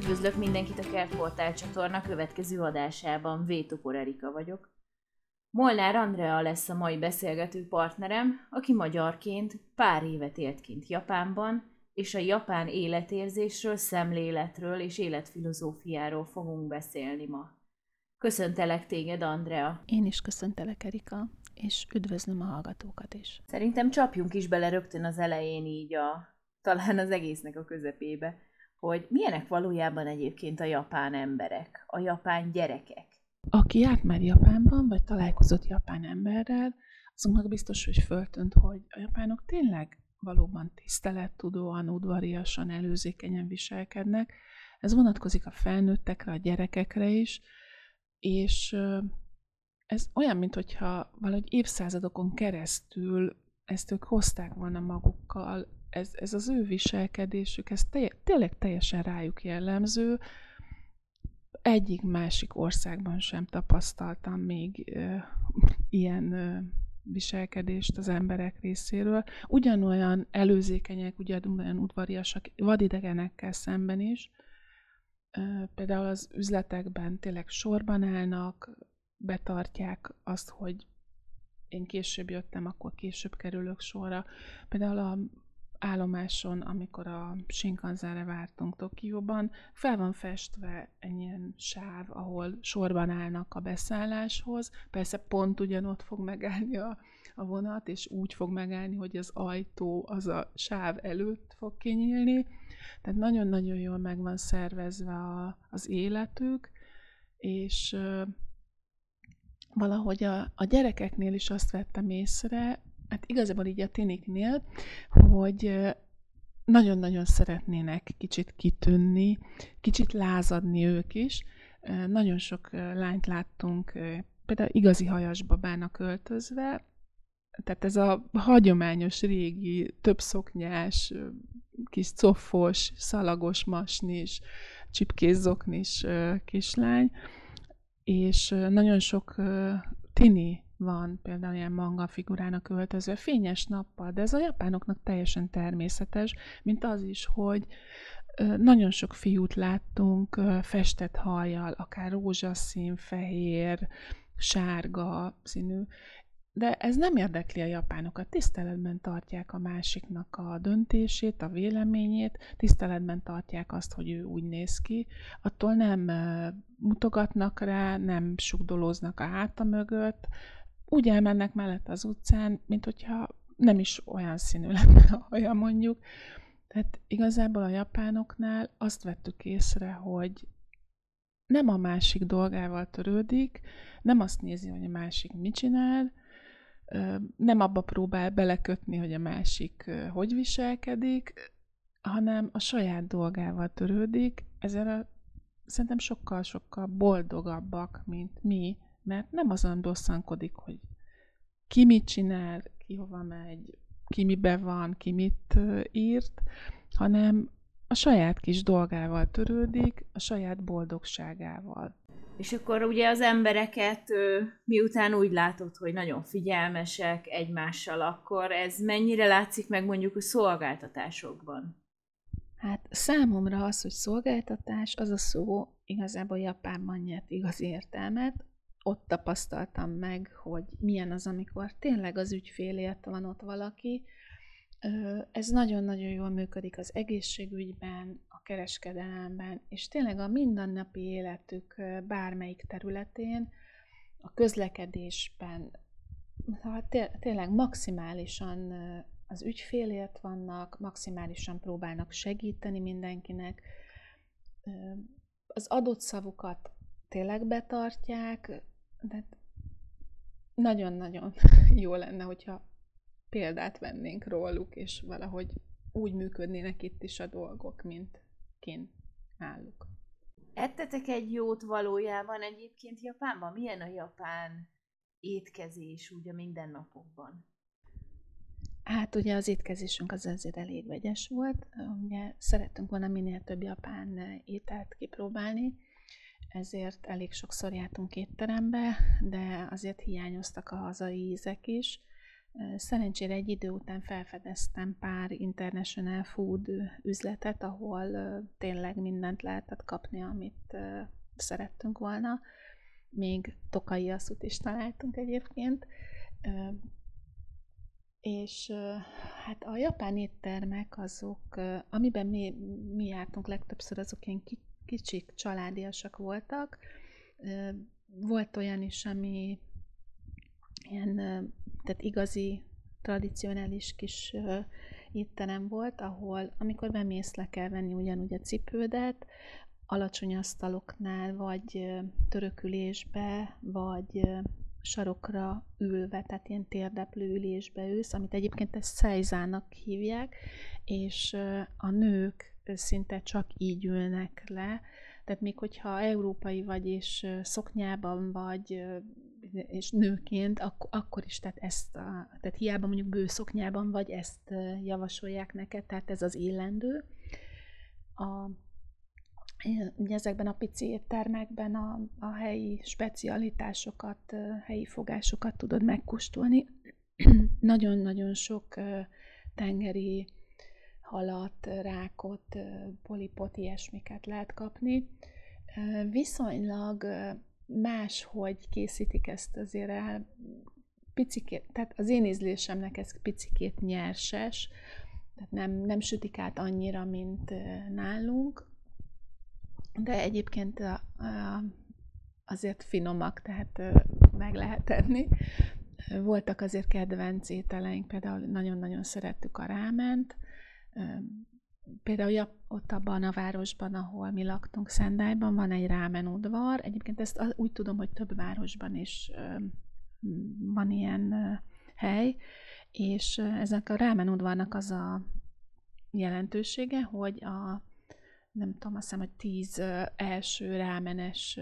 Üdvözlök mindenkit a Kertportál csatorna következő adásában, Vétopor Erika vagyok. Molnár Andrea lesz a mai beszélgető partnerem, aki magyarként pár évet élt kint Japánban, és a japán életérzésről, szemléletről és életfilozófiáról fogunk beszélni ma. Köszöntelek téged, Andrea! Én is köszöntelek, Erika, és üdvözlöm a hallgatókat is. Szerintem csapjunk is bele rögtön az elején így talán az egésznek a közepébe, hogy milyenek valójában egyébként a japán emberek, a japán gyerekek. Aki járt már Japánban, vagy találkozott japán emberrel, azoknak biztos, hogy föltűnt, hogy a japánok tényleg valóban tisztelettudóan, udvariasan, előzékenyen viselkednek. Ez vonatkozik a felnőttekre, a gyerekekre is, és ez olyan, mintha valahogy évszázadokon keresztül ezt ők hozták volna magukkal, ez az ő viselkedésük, ez tényleg teljesen rájuk jellemző. Egyik másik országban sem tapasztaltam még ilyen viselkedést az emberek részéről. Ugyanolyan előzékenyek, ugyanolyan udvariasak vadidegenekkel szemben is. Például az üzletekben tényleg sorban állnak, betartják azt, hogy én később jöttem, akkor később kerülök sorra. Például a állomáson, amikor a Shinkansenre vártunk Tokióban, fel van festve egy ilyen sáv, ahol sorban állnak a beszálláshoz. Persze pont ugyanott fog megállni a vonat, és úgy fog megállni, hogy az ajtó az a sáv előtt fog kinyílni. Tehát nagyon-nagyon jól meg van szervezve az életük, és valahogy a gyerekeknél is azt vettem észre, hát igazából így a tiniknél, hogy nagyon-nagyon szeretnének kicsit kitűnni, kicsit lázadni ők is. Nagyon sok lányt láttunk, például igazi hajasbabának öltözve, tehát ez a hagyományos, régi, többszoknyás, kis coffos, szalagos masnis, csipkés zoknis kislány, és nagyon sok tini van például ilyen manga figurának öltözve, fényes nappal, de ez a japánoknak teljesen természetes, mint az is, hogy nagyon sok fiút láttunk festett hajjal, akár rózsaszín, fehér, sárga színű, de ez nem érdekli a japánokat, tiszteletben tartják a másiknak a döntését, a véleményét, tiszteletben tartják azt, hogy ő úgy néz ki, attól nem mutogatnak rá, nem sugdolóznak a háta mögött, úgy elmennek mellett az utcán, mint hogyha nem is olyan színű lenne a haja mondjuk. Tehát igazából a japánoknál azt vettük észre, hogy nem a másik dolgával törődik, nem azt nézi, hogy a másik mit csinál, nem abba próbál belekötni, hogy a másik hogy viselkedik, hanem a saját dolgával törődik, ezzel szerintem sokkal-sokkal boldogabbak, mint mi, mert nem azon bosszankodik, hogy ki mit csinál, ki hova megy, ki mibe van, ki mit írt, hanem a saját kis dolgával törődik, a saját boldogságával. És akkor ugye az embereket, miután úgy látod, hogy nagyon figyelmesek egymással, akkor ez mennyire látszik meg mondjuk a szolgáltatásokban? Hát számomra az, hogy szolgáltatás, az a szó igazából Japánban nyert igazi értelmet. Ott tapasztaltam meg, hogy milyen az, amikor tényleg az ügyfélért van ott valaki. Ez nagyon-nagyon jól működik az egészségügyben, a kereskedelemben, és tényleg a mindennapi életük bármelyik területén, a közlekedésben, tényleg maximálisan az ügyfélért vannak, maximálisan próbálnak segíteni mindenkinek, az adott szavukat tényleg betartják, de nagyon-nagyon jó lenne, hogyha példát vennénk róluk, és valahogy úgy működnének itt is a dolgok, mint kint náluk. Ettetek egy jót valójában egyébként Japánban? Milyen a japán étkezés úgy a mindennapokban? Hát ugye az étkezésünk az azért elég vegyes volt, ugye szerettünk volna minél több japán ételt kipróbálni, ezért elég sokszor jártunk étterembe, de azért hiányoztak a hazai ízek is, Szerencsére egy idő után felfedeztem pár international food üzletet, ahol tényleg mindent lehetett kapni, amit szerettünk volna. Még tokai asszút is találtunk egyébként. És hát a japán éttermek azok, amiben mi jártunk legtöbbször, azok ilyen kicsik, családiasak voltak. Volt olyan is, ami ilyen, tehát igazi, tradicionális kis étterem volt, ahol amikor bemész, le kell venni ugyanúgy a cipődet, alacsony asztaloknál, vagy törökülésbe, vagy sarokra ülve, tehát ilyen térdeplő ülésbe ülsz, amit egyébként ezt szejzának hívják, és a nők szinte csak így ülnek le, tehát még hogyha európai vagy és szoknyában vagy, és nőként, akkor is, tehát hiába mondjuk bőszoknyában vagy, ezt javasolják neked, tehát ez az illendő. Ugye ezekben a pici éttermekben a helyi specialitásokat, helyi fogásokat tudod megkóstolni. Nagyon-nagyon sok tengeri halat, rákot, polipot, ilyesmiket lehet kapni. Viszonylag máshogy készítik ezt azért el, picikét, tehát az én ízlésemnek ez picikét nyerses, tehát nem sütik át annyira, mint nálunk, de egyébként azért finomak, tehát meg lehet enni. Voltak azért kedvenc ételeink, például nagyon-nagyon szerettük a ráment. Például ott abban a városban, ahol mi laktunk, Szendályban, van egy rámen udvar. Egyébként ezt úgy tudom, hogy több városban is van ilyen hely, és ezek a rámen udvarnak az a jelentősége, hogy nem tudom, azt hiszem, hogy 10 első rámenes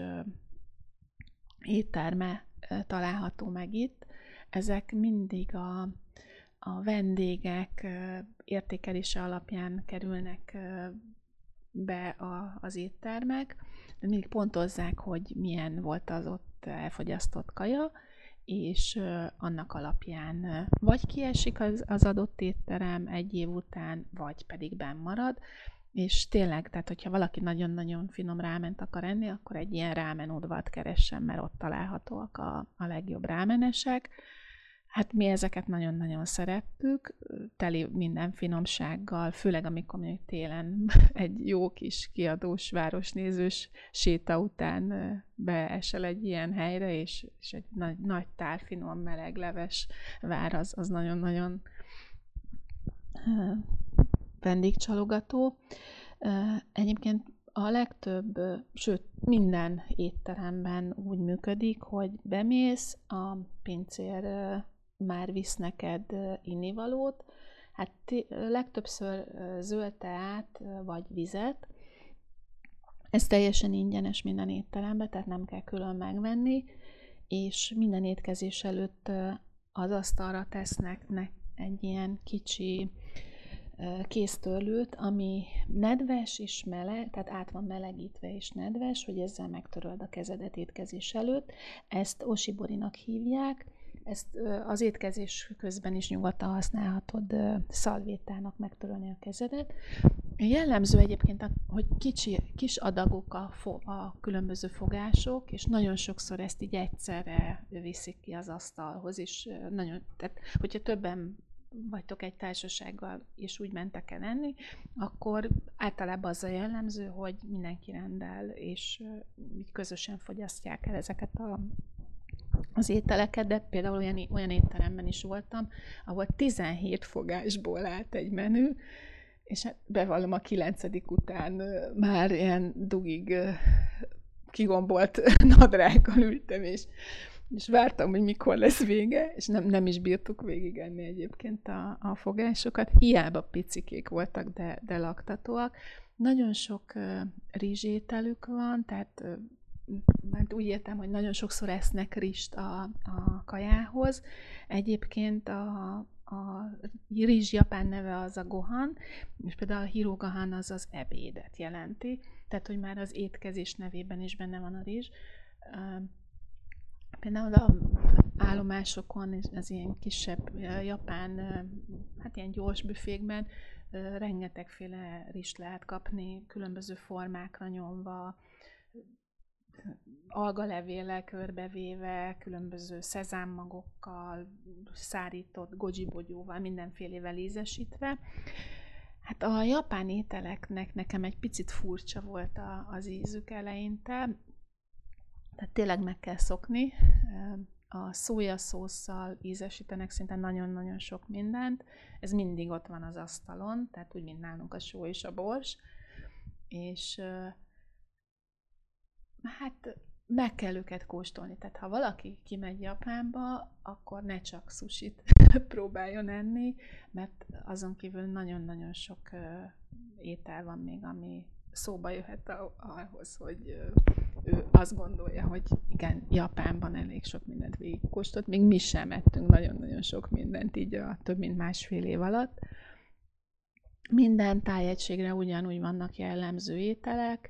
étterme található meg itt. Ezek mindig a vendégek értékelése alapján kerülnek be az éttermek, de mindig pontozzák, hogy milyen volt az ott elfogyasztott kaja, és annak alapján vagy kiesik az adott étterem egy év után, vagy pedig benn marad. És tényleg, tehát hogyha valaki nagyon-nagyon finom ráment akar enni, akkor egy ilyen rámen udvart keressen, mert ott találhatóak a legjobb rámenesek. Hát mi ezeket nagyon-nagyon szerettük, teli minden finomsággal, főleg amikor mondjuk télen egy jó kis kiadós, városnézős séta után beesel egy ilyen helyre, és egy nagy tál finom meleg leves vár, az nagyon-nagyon vendégcsalogató. Egyébként a legtöbb, sőt minden étteremben úgy működik, hogy bemész, a pincér már visz neked innivalót, hát legtöbbször zöld teát vagy vizet. Ez teljesen ingyenes minden étteremben, tehát nem kell külön megvenni, és minden étkezés előtt az asztalra tesznek egy ilyen kicsi kéztörlőt, ami nedves és meleg, tehát át van melegítve és nedves, hogy ezzel megtöröld a kezedet étkezés előtt. Ezt oshiborinak hívják, ezt az étkezés közben is nyugodtan használhatod szalvétának megtörölni a kezedet. Jellemző egyébként, hogy kis adagok a különböző fogások, és nagyon sokszor ezt így egyszerre viszik ki az asztalhoz, és tehát hogyha többen vagytok egy társasággal, és úgy mentek el enni, akkor általában az a jellemző, hogy mindenki rendel, és így közösen fogyasztják el ezeket az ételeket, de például olyan étteremben is voltam, ahol 17 fogásból állt egy menü, és hát bevallom, a 9. után már ilyen dugig kigombolt nadrággal ültem, és vártam, hogy mikor lesz vége, és nem is bírtuk végig enni egyébként a fogásokat. Hiába picikék voltak, de laktatóak. Nagyon sok rizsételük van, tehát úgy értem, hogy nagyon sokszor esznek rizst a kajához. Egyébként a rizs japán neve az a gohan, és például a hirogahan az ebédet jelenti, tehát hogy már az étkezés nevében is benne van a rizs. Például állomásokon, és az ilyen kisebb japán, hát ilyen gyors büfékben rengetegféle rizst lehet kapni, különböző formákra nyomva, algalevélel körbevéve, különböző szezámmagokkal, szárított goji-bogyóval, mindenfélével ízesítve. Hát a japán ételeknek nekem egy picit furcsa volt az ízük eleinte, tehát tényleg meg kell szokni. A szójaszósszal ízesítenek szinte nagyon-nagyon sok mindent. Ez mindig ott van az asztalon, tehát úgy, mint nálunk a só és a bors. És hát meg kell őket kóstolni. Tehát ha valaki kimegy Japánba, akkor ne csak sushit próbáljon enni, mert azon kívül nagyon-nagyon sok étel van még, ami szóba jöhet ahhoz, hogy ő azt gondolja, hogy igen, Japánban elég sok mindent végigkóstolt. Még mi sem ettünk nagyon-nagyon sok mindent így a több mint másfél év alatt. Minden tájegységre ugyanúgy vannak jellemző ételek.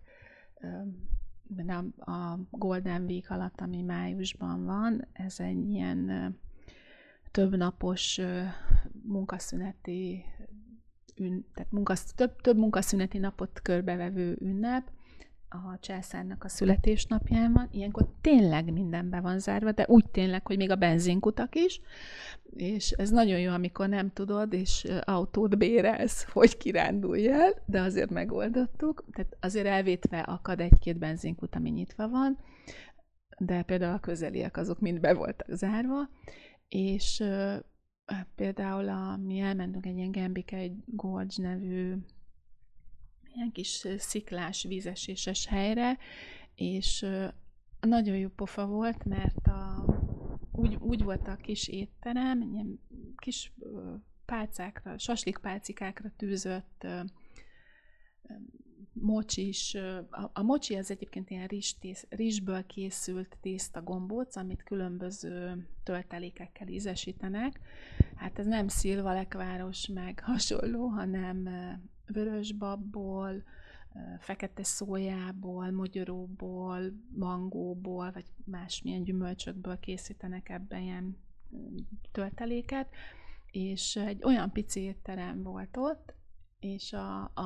A Golden Week alatt, ami májusban van, ez egy ilyen többnapos munkaszüneti tehát több munkaszüneti napot körbevevő ünnep, a császárnak a születésnapján van. Ilyenkor tényleg minden be van zárva, de úgy tényleg, hogy még a benzinkutak is, és ez nagyon jó, amikor nem tudod, és autót bérelsz, hogy kirándulj el, de azért megoldottuk. Tehát azért elvétve akad egy-két benzinkut, ami nyitva van, de például a közeliek azok mind be voltak zárva, és például mi elmentünk egy ilyen Genbike Gorge nevű ilyen kis sziklás, vízeséses helyre, és nagyon jó pofa volt, mert úgy volt a kis étterem, ilyen kis pálcákra, saslikpálcikákra tűzött mocsis. A mocsi az egyébként ilyen rizsből készült tésztagombóc, amit különböző töltelékekkel ízesítenek. Hát ez nem szilvalekváros meg hasonló, hanem vörösbabból, fekete szójából, mogyoróból, mangóból, vagy másmilyen gyümölcsökből készítenek ebben ilyen tölteléket, és egy olyan pici étterem volt ott, és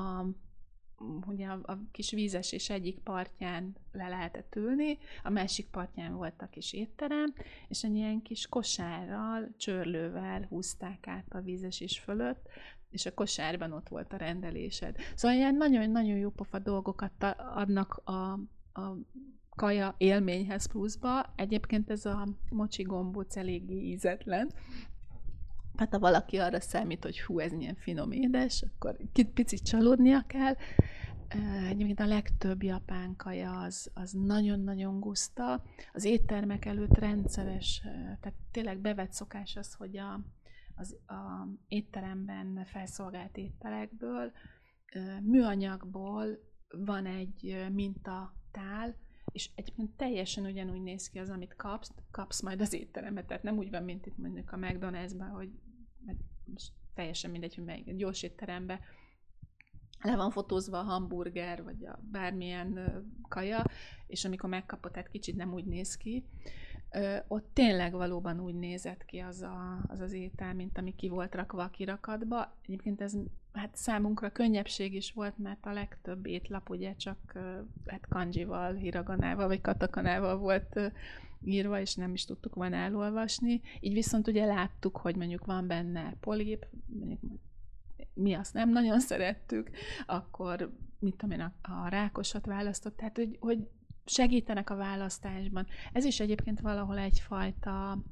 ugye a kis vízesés egyik partján le lehetett ülni, a másik partján volt a kis étterem, és egy ilyen kis kosárral, csörlővel húzták át a vízesés fölött, és a kosárban ott volt a rendelésed. Szóval ilyen nagyon-nagyon jó pofa dolgokat adnak a kaja élményhez pluszba. Egyébként ez a mocsi gombóc eléggé ízetlen. Hát ha valaki arra számít, hogy hú, ez milyen finom édes, akkor picit csalódnia kell. Egyébként a legtöbb japán kaja az nagyon-nagyon guszta. Az éttermek előtt rendszeres, tehát tényleg bevett szokás az, hogy az étteremben felszolgált ételekből, műanyagból van egy mintatál, és egyébként teljesen ugyanúgy néz ki az, amit kapsz majd az étteremben, tehát nem úgy van, mint itt mondjuk a McDonald'sban, hogy teljesen mindegy, hogy melyik gyors étteremben le van fotózva a hamburger, vagy a bármilyen kaja, és amikor megkapod, tehát kicsit nem úgy néz ki. Ott tényleg valóban úgy nézett ki az étel, mint ami ki volt rakva a kirakatba. Egyébként ez hát számunkra könnyebbség is volt, mert a legtöbb étlap ugye csak hát kanjival, hiraganával vagy katakanával volt írva, és nem is tudtuk volna elolvasni. Így viszont ugye láttuk, hogy mondjuk van benne polip, mondjuk mi azt nem nagyon szerettük, akkor mit tudom én, a rákosat választott, tehát hogy segítenek a választásban. Ez is egyébként valahol egyfajta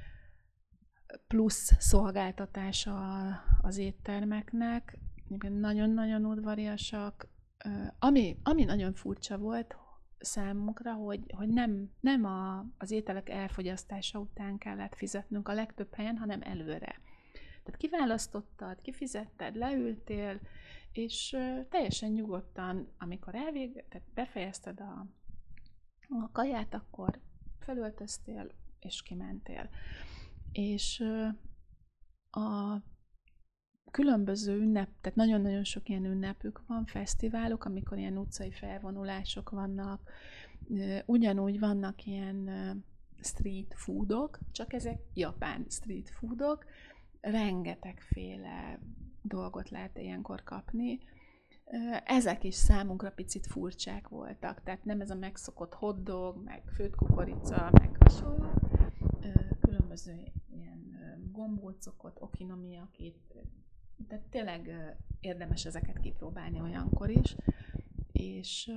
plusz szolgáltatása az éttermeknek. Nagyon-nagyon udvariasak. Ami nagyon furcsa volt számunkra, hogy nem az ételek elfogyasztása után kellett fizetnünk a legtöbb helyen, hanem előre. Tehát kiválasztottad, kifizetted, leültél, és teljesen nyugodtan, amikor tehát befejezted a kaját, akkor felöltöztél, és kimentél. És a különböző tehát nagyon-nagyon sok ilyen ünnepük van, fesztiválok, amikor ilyen utcai felvonulások vannak, ugyanúgy vannak ilyen street foodok, csak ezek japán street foodok, rengetegféle dolgot lehet ilyenkor kapni. Ezek is számunkra picit furcsák voltak, tehát nem ez a megszokott hotdog, meg főtt kukorica, meg hasonló. Különböző ilyen gombócokot, okinomiyakit, tehát tényleg érdemes ezeket kipróbálni olyankor is, és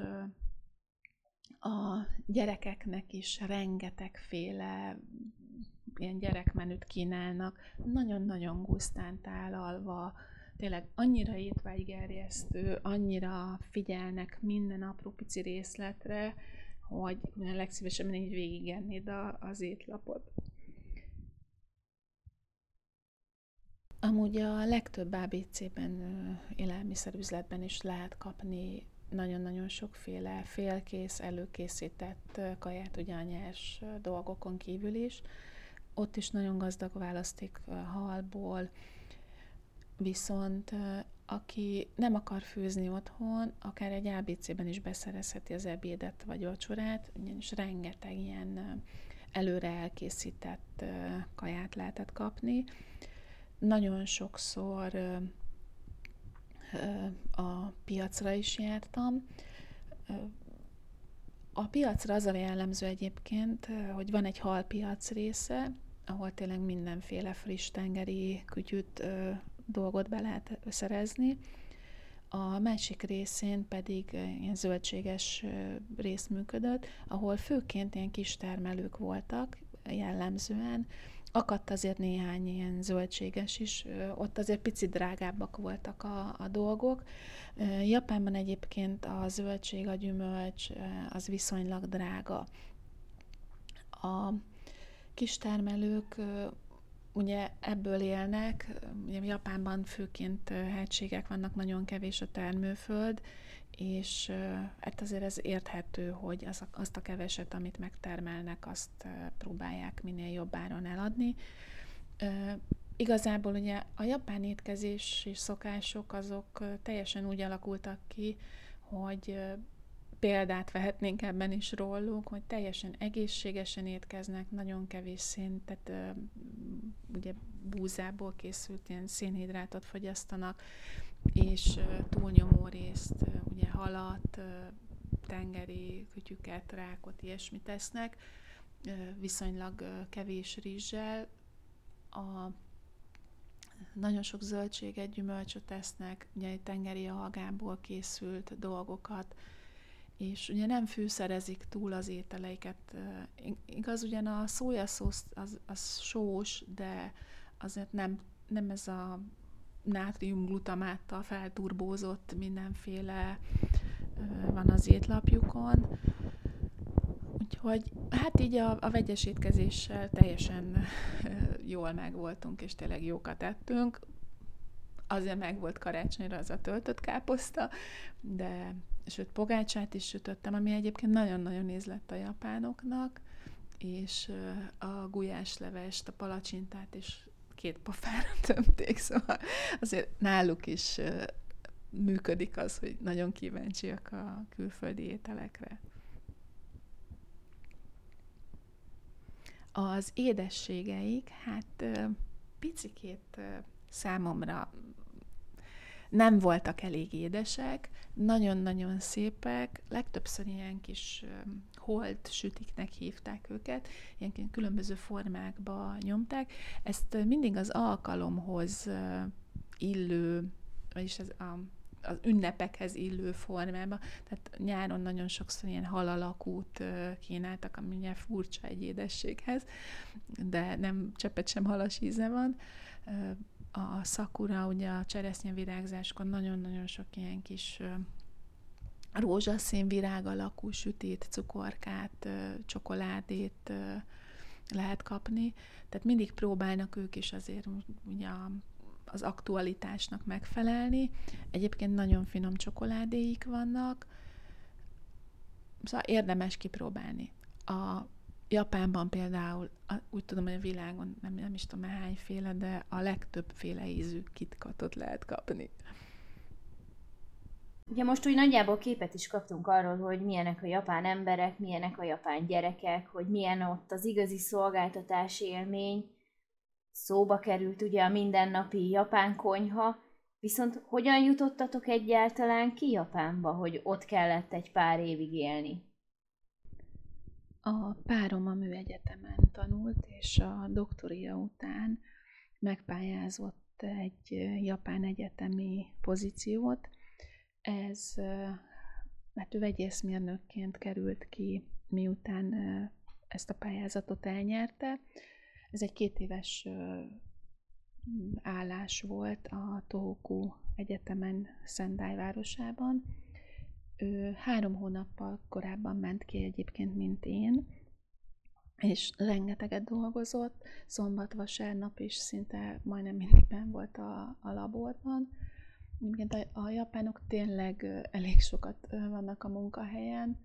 a gyerekeknek is rengetegféle ilyen gyerekmenüt kínálnak, nagyon-nagyon gusztán tálalva, tényleg annyira étvágygerjesztő, annyira figyelnek minden apró pici részletre, hogy legszívesebben így végigennéd az étlapot. Amúgy a legtöbb ABC-ben, élelmiszerüzletben is lehet kapni nagyon-nagyon sokféle félkész, előkészített kaját, ugye a nyers dolgokon kívül is. Ott is nagyon gazdag választék halból, viszont aki nem akar főzni otthon, akár egy ABC-ben is beszerezheti az ebédet vagy vacsorát, ugyanis rengeteg ilyen előre elkészített kaját lehetett kapni. Nagyon sokszor a piacra is jártam. A piacra az a jellemző egyébként, hogy van egy halpiac része, ahol tényleg mindenféle friss tengeri kütyűt dolgot be lehet szerezni. A másik részén pedig ilyen zöldséges rész működött, ahol főként ilyen kis termelők voltak jellemzően. Akadt azért néhány ilyen zöldséges is, ott azért picit drágábbak voltak a dolgok. Japánban egyébként a zöldség, a gyümölcs az viszonylag drága. A kistermelők ugye ebből élnek, ugye Japánban főként hegységek vannak, nagyon kevés a termőföld, és hát azért ez érthető, hogy azt a keveset, amit megtermelnek, azt próbálják minél jobb áron eladni. Igazából ugye a japán étkezési szokások azok teljesen úgy alakultak ki, hogy példát vehetnénk ebben is róluk, hogy teljesen egészségesen étkeznek, nagyon kevés szén, tehát ugye búzából készült ilyen szénhidrátot fogyasztanak, és túlnyomó részt ugye halat, tengeri kütyüket, rákot, ilyesmit esznek, viszonylag kevés rizssel, nagyon sok zöldséget, gyümölcsöt esznek, ugye tengeri algából készült dolgokat, és ugye nem fűszerezik túl az ételeiket. Igaz, ugyan a szójaszósz az sós, de azért nem ez a nátriumglutamáttal felturbózott mindenféle van az étlapjukon. Úgyhogy hát így a vegyes étkezéssel teljesen jól megvoltunk, és tényleg jókat ettünk. Azért meg volt karácsonyra az a töltött káposzta, de sőt pogácsát is sütöttem, ami egyébként nagyon-nagyon ízlett a japánoknak, és a gulyáslevest, a palacsintát is 2 pofára tömték, szóval azért náluk is működik az, hogy nagyon kíváncsiak a külföldi ételekre. Az édességeik, hát picikét számomra nem voltak elég édesek, nagyon-nagyon szépek, legtöbbször ilyen kis holt sütiknek hívták őket, ilyen különböző formákba nyomták. Ezt mindig az alkalomhoz illő, vagyis az ünnepekhez illő formában, tehát nyáron nagyon sokszor ilyen hal alakút kínáltak, ami ugye furcsa egy édességhez, de nem cseppet sem halas íze van. A szakura, ugye a cseresznyevirágzáskor nagyon-nagyon sok ilyen kis rózsaszín virág alakú sütét, cukorkát, csokoládét lehet kapni. Tehát mindig próbálnak ők is azért ugye az aktualitásnak megfelelni. Egyébként nagyon finom csokoládéik vannak, szóval érdemes kipróbálni. A Japánban például, úgy tudom, hogy a világon nem is tudom hányféle, de a legtöbbféle ízű KitKatot lehet kapni. Ugye most úgy nagyjából képet is kaptunk arról, hogy milyenek a japán emberek, milyenek a japán gyerekek, hogy milyen ott az igazi szolgáltatás élmény. Szóba került ugye a mindennapi japán konyha, viszont hogyan jutottatok egyáltalán ki Japánba, hogy ott kellett egy pár évig élni? A párom a műegyetemen tanult, és a doktoria után megpályázott egy japán egyetemi pozíciót. Ez, hát ő vegyészmérnökként került ki, miután ezt a pályázatot elnyerte. Ez egy 2 éves állás volt a Tohoku Egyetemen Szendai városában. Ő 3 hónappal korábban ment ki egyébként, mint én, és rengeteget dolgozott, szombat-vasárnap is szinte majdnem mindig benn volt a laborban. Egyébként a japánok tényleg elég sokat vannak a munkahelyen.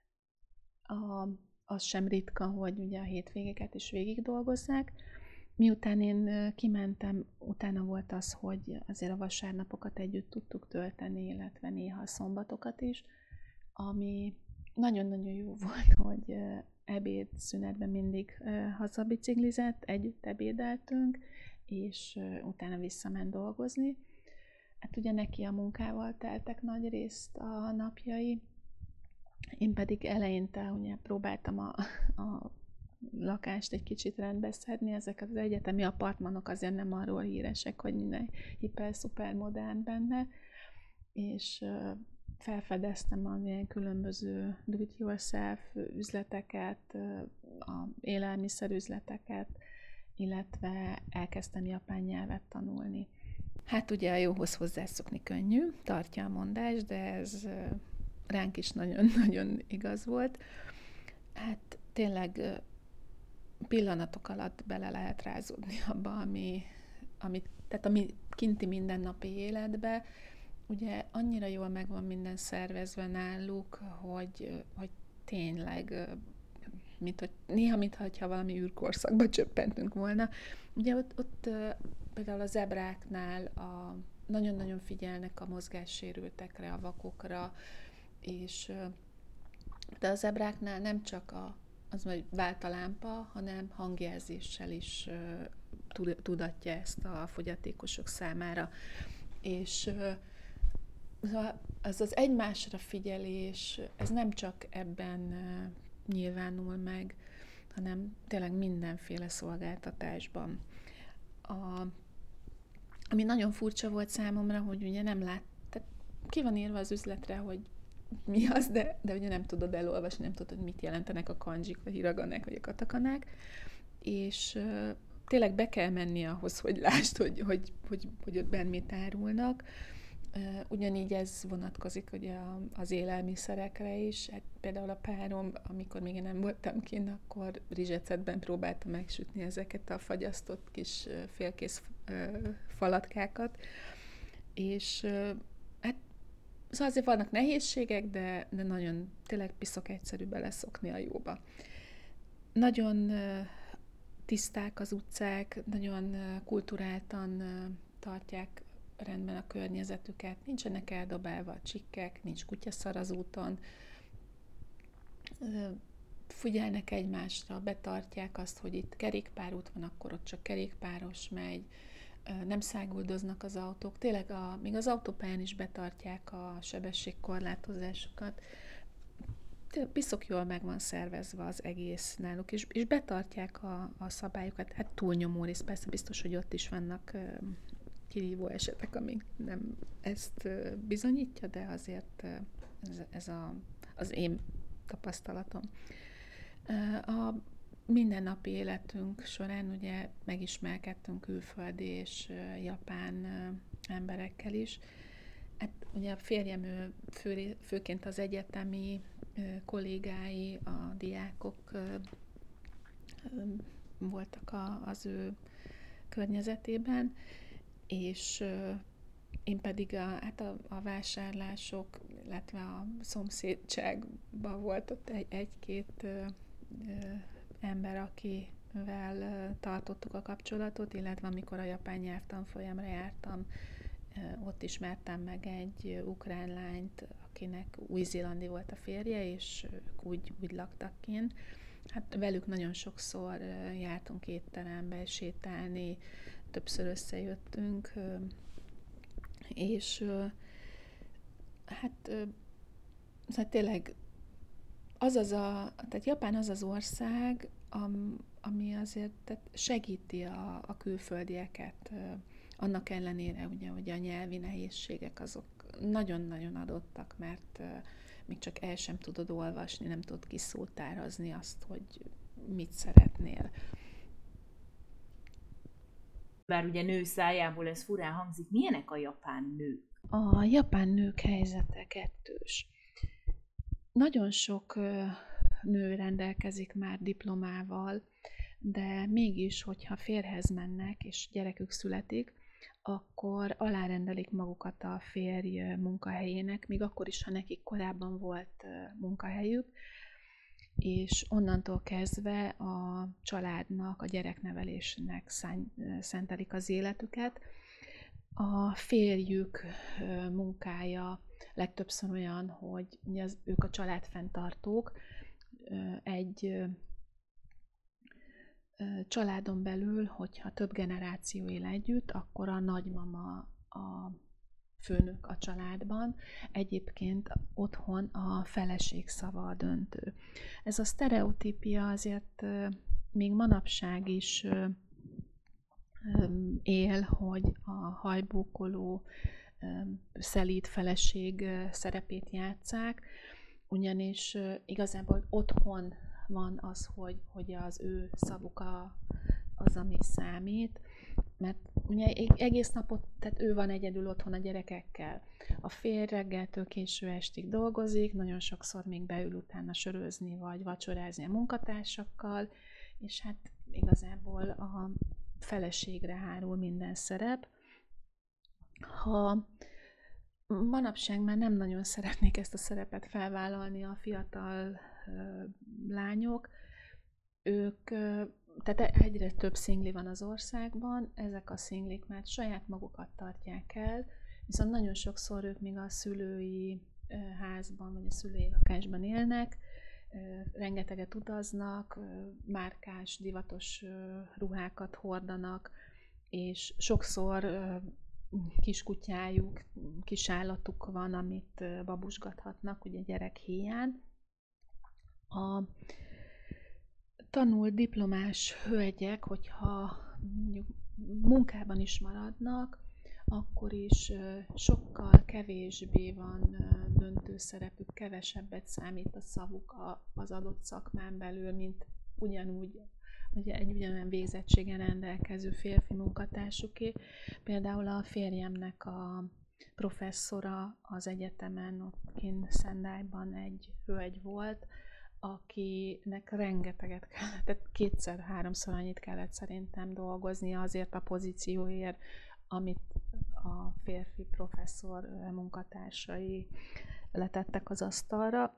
Az sem ritka, hogy ugye a hétvégéket is végig dolgozzák. Miután én kimentem, utána volt az, hogy azért a vasárnapokat együtt tudtuk tölteni, illetve néha a szombatokat is, ami nagyon-nagyon jó volt, hogy ebédszünetben mindig hazabiciklizett, együtt ebédeltünk, és utána visszament dolgozni. Hát ugye neki a munkával teltek nagy részt a napjai, én pedig eleinte ugye próbáltam a lakást egy kicsit rendbeszedni, ezek az egyetemi apartmanok azért nem arról híresek, hogy minden hiper-szuper modern benne, és felfedeztem az ilyen különböző do-it-yourself üzleteket, a élelmiszerüzleteket, illetve elkezdtem japán nyelvet tanulni. Hát ugye a jóhoz hozzászokni könnyű, tartja a mondás, de ez ránk is nagyon-nagyon igaz volt. Hát tényleg pillanatok alatt bele lehet rázódni abba, tehát a kinti mindennapi életbe. Ugye annyira jól megvan minden szervezve náluk, hogy tényleg, mintha valami űrkorszakba csöppentünk volna. Ugye ott például a zebráknál nagyon-nagyon figyelnek a mozgássérültekre, a vakokra, és de a zebráknál nem csak az, hogy vált a lámpa, hanem hangjelzéssel is tudatja ezt a fogyatékosok számára. És az egymásra figyelés, ez nem csak ebben nyilvánul meg, hanem tényleg mindenféle szolgáltatásban. Ami nagyon furcsa volt számomra, hogy ugye nem tehát ki van írva az üzletre, hogy mi az, de ugye nem tudod elolvasni, nem tudod, hogy mit jelentenek a kanjik, a hiraganák, vagy a katakanák, és tényleg be kell menni ahhoz, hogy lásd, hogy ott benn mit árulnak. Ugyanígy ez vonatkozik ugye az élelmiszerekre is. Hát például a párom, amikor még én nem voltam kint, akkor rizsecetben próbálta megsütni ezeket a fagyasztott kis félkész falatkákat, és hát szóval azért vannak nehézségek, de nagyon tényleg piszok egyszerű beleszokni a jóba. Nagyon tiszták az utcák, nagyon kulturáltan tartják rendben a környezetüket, nincsenek eldobálva a csikkek, nincs kutyaszar az úton, figyelnek egymásra, betartják azt, hogy itt kerékpárút van, akkor ott csak kerékpáros megy, nem száguldoznak az autók, tényleg még az autópályán is betartják a sebességkorlátozásokat. Piszok jól meg van szervezve az egész náluk, és betartják a szabályokat. Hát túlnyomó rész, persze biztos, hogy ott is vannak kirívó esetek, amik nem ezt bizonyítja, de azért ez az én tapasztalatom. A mindennapi életünk során ugye megismerkedtünk külföldi és japán emberekkel is. Hát ugye a férjem főként az egyetemi kollégái, a diákok voltak az ő környezetében, és én pedig a vásárlások, illetve a szomszédságban volt ott egy-két ember, akivel tartottuk a kapcsolatot, illetve amikor a japán nyelvtanfolyamra jártam, ott ismertem meg egy ukrán lányt, akinek új-zélandi volt a férje, és ők úgy laktak kint. Hát velük nagyon sokszor jártunk étterembe sétálni, többször összejöttünk, és hát tényleg tehát Japán az az ország, ami azért tehát segíti a külföldieket, annak ellenére, ugye, hogy a nyelvi nehézségek azok nagyon-nagyon adottak, mert még csak el sem tudod olvasni, nem tudod kiszótárazni azt, hogy mit szeretnél. Bár ugye nő szájából ez furán hangzik, milyenek a japán nők? A japán nők helyzete kettős. Nagyon sok nő rendelkezik már diplomával, de mégis, hogyha férjhez mennek, és gyerekük születik, akkor alárendelik magukat a férj munkahelyének, még akkor is, ha nekik korábban volt munkahelyük, és onnantól kezdve a családnak, a gyereknevelésnek szentelik az életüket. A férjük munkája legtöbbször olyan, hogy ők a családfenntartók, egy családon belül, hogyha több generáció él együtt, akkor a nagymama a főnök a családban, egyébként otthon a feleség szava a döntő. Ez a sztereotípia azért még manapság is él, hogy a hajbókoló, szelíd feleség szerepét játsszák, ugyanis igazából otthon van az, hogy az ő szavuk az, ami számít, mert ugye egész napot, tehát ő van egyedül otthon a gyerekekkel. A férj reggeltől késő estig dolgozik, nagyon sokszor még beül utána sörözni vagy vacsorázni a munkatársakkal, és hát igazából a feleségre hárul minden szerep. Ha manapság már nem nagyon szeretnék ezt a szerepet felvállalni a fiatal lányok, ők, tehát egyre több szingli van az országban, ezek a szinglik már saját magukat tartják el, viszont nagyon sokszor ők még a szülői házban vagy a szülői lakásban élnek, rengeteget utaznak, márkás, divatos ruhákat hordanak, és sokszor kiskutyájuk, kis állatuk van, amit babusgathatnak, ugye gyerek híján. A tanult diplomás hölgyek, hogyha mondjuk munkában is maradnak, akkor is sokkal kevésbé van döntő szerepük, kevesebbet számít a szavuk az adott szakmán belül, mint ugyanúgy egy ugyanolyan végzettségen rendelkező férfi munkatársuké. Például a férjemnek a professzora az egyetemen, ott kint Szendályban egy hölgy volt, akinek rengeteget kellett, tehát 2-3-szor annyit kellett szerintem dolgoznia azért a pozícióért, amit a férfi professzor munkatársai letettek az asztalra.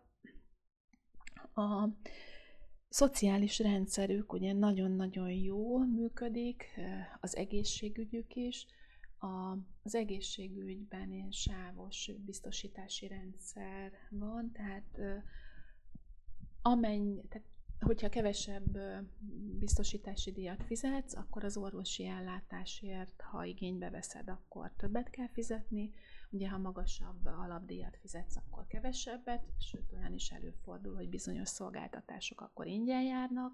A szociális rendszerük ugye nagyon-nagyon jól működik, az egészségügyük is. Az egészségügyben ilyen sávos biztosítási rendszer van, tehát hogyha kevesebb biztosítási díjat fizetsz, akkor az orvosi ellátásért, ha igénybe veszed, akkor többet kell fizetni. Ugye, ha magasabb alapdíjat fizetsz, akkor kevesebbet, sőt, olyan is előfordul, hogy bizonyos szolgáltatások akkor ingyen járnak.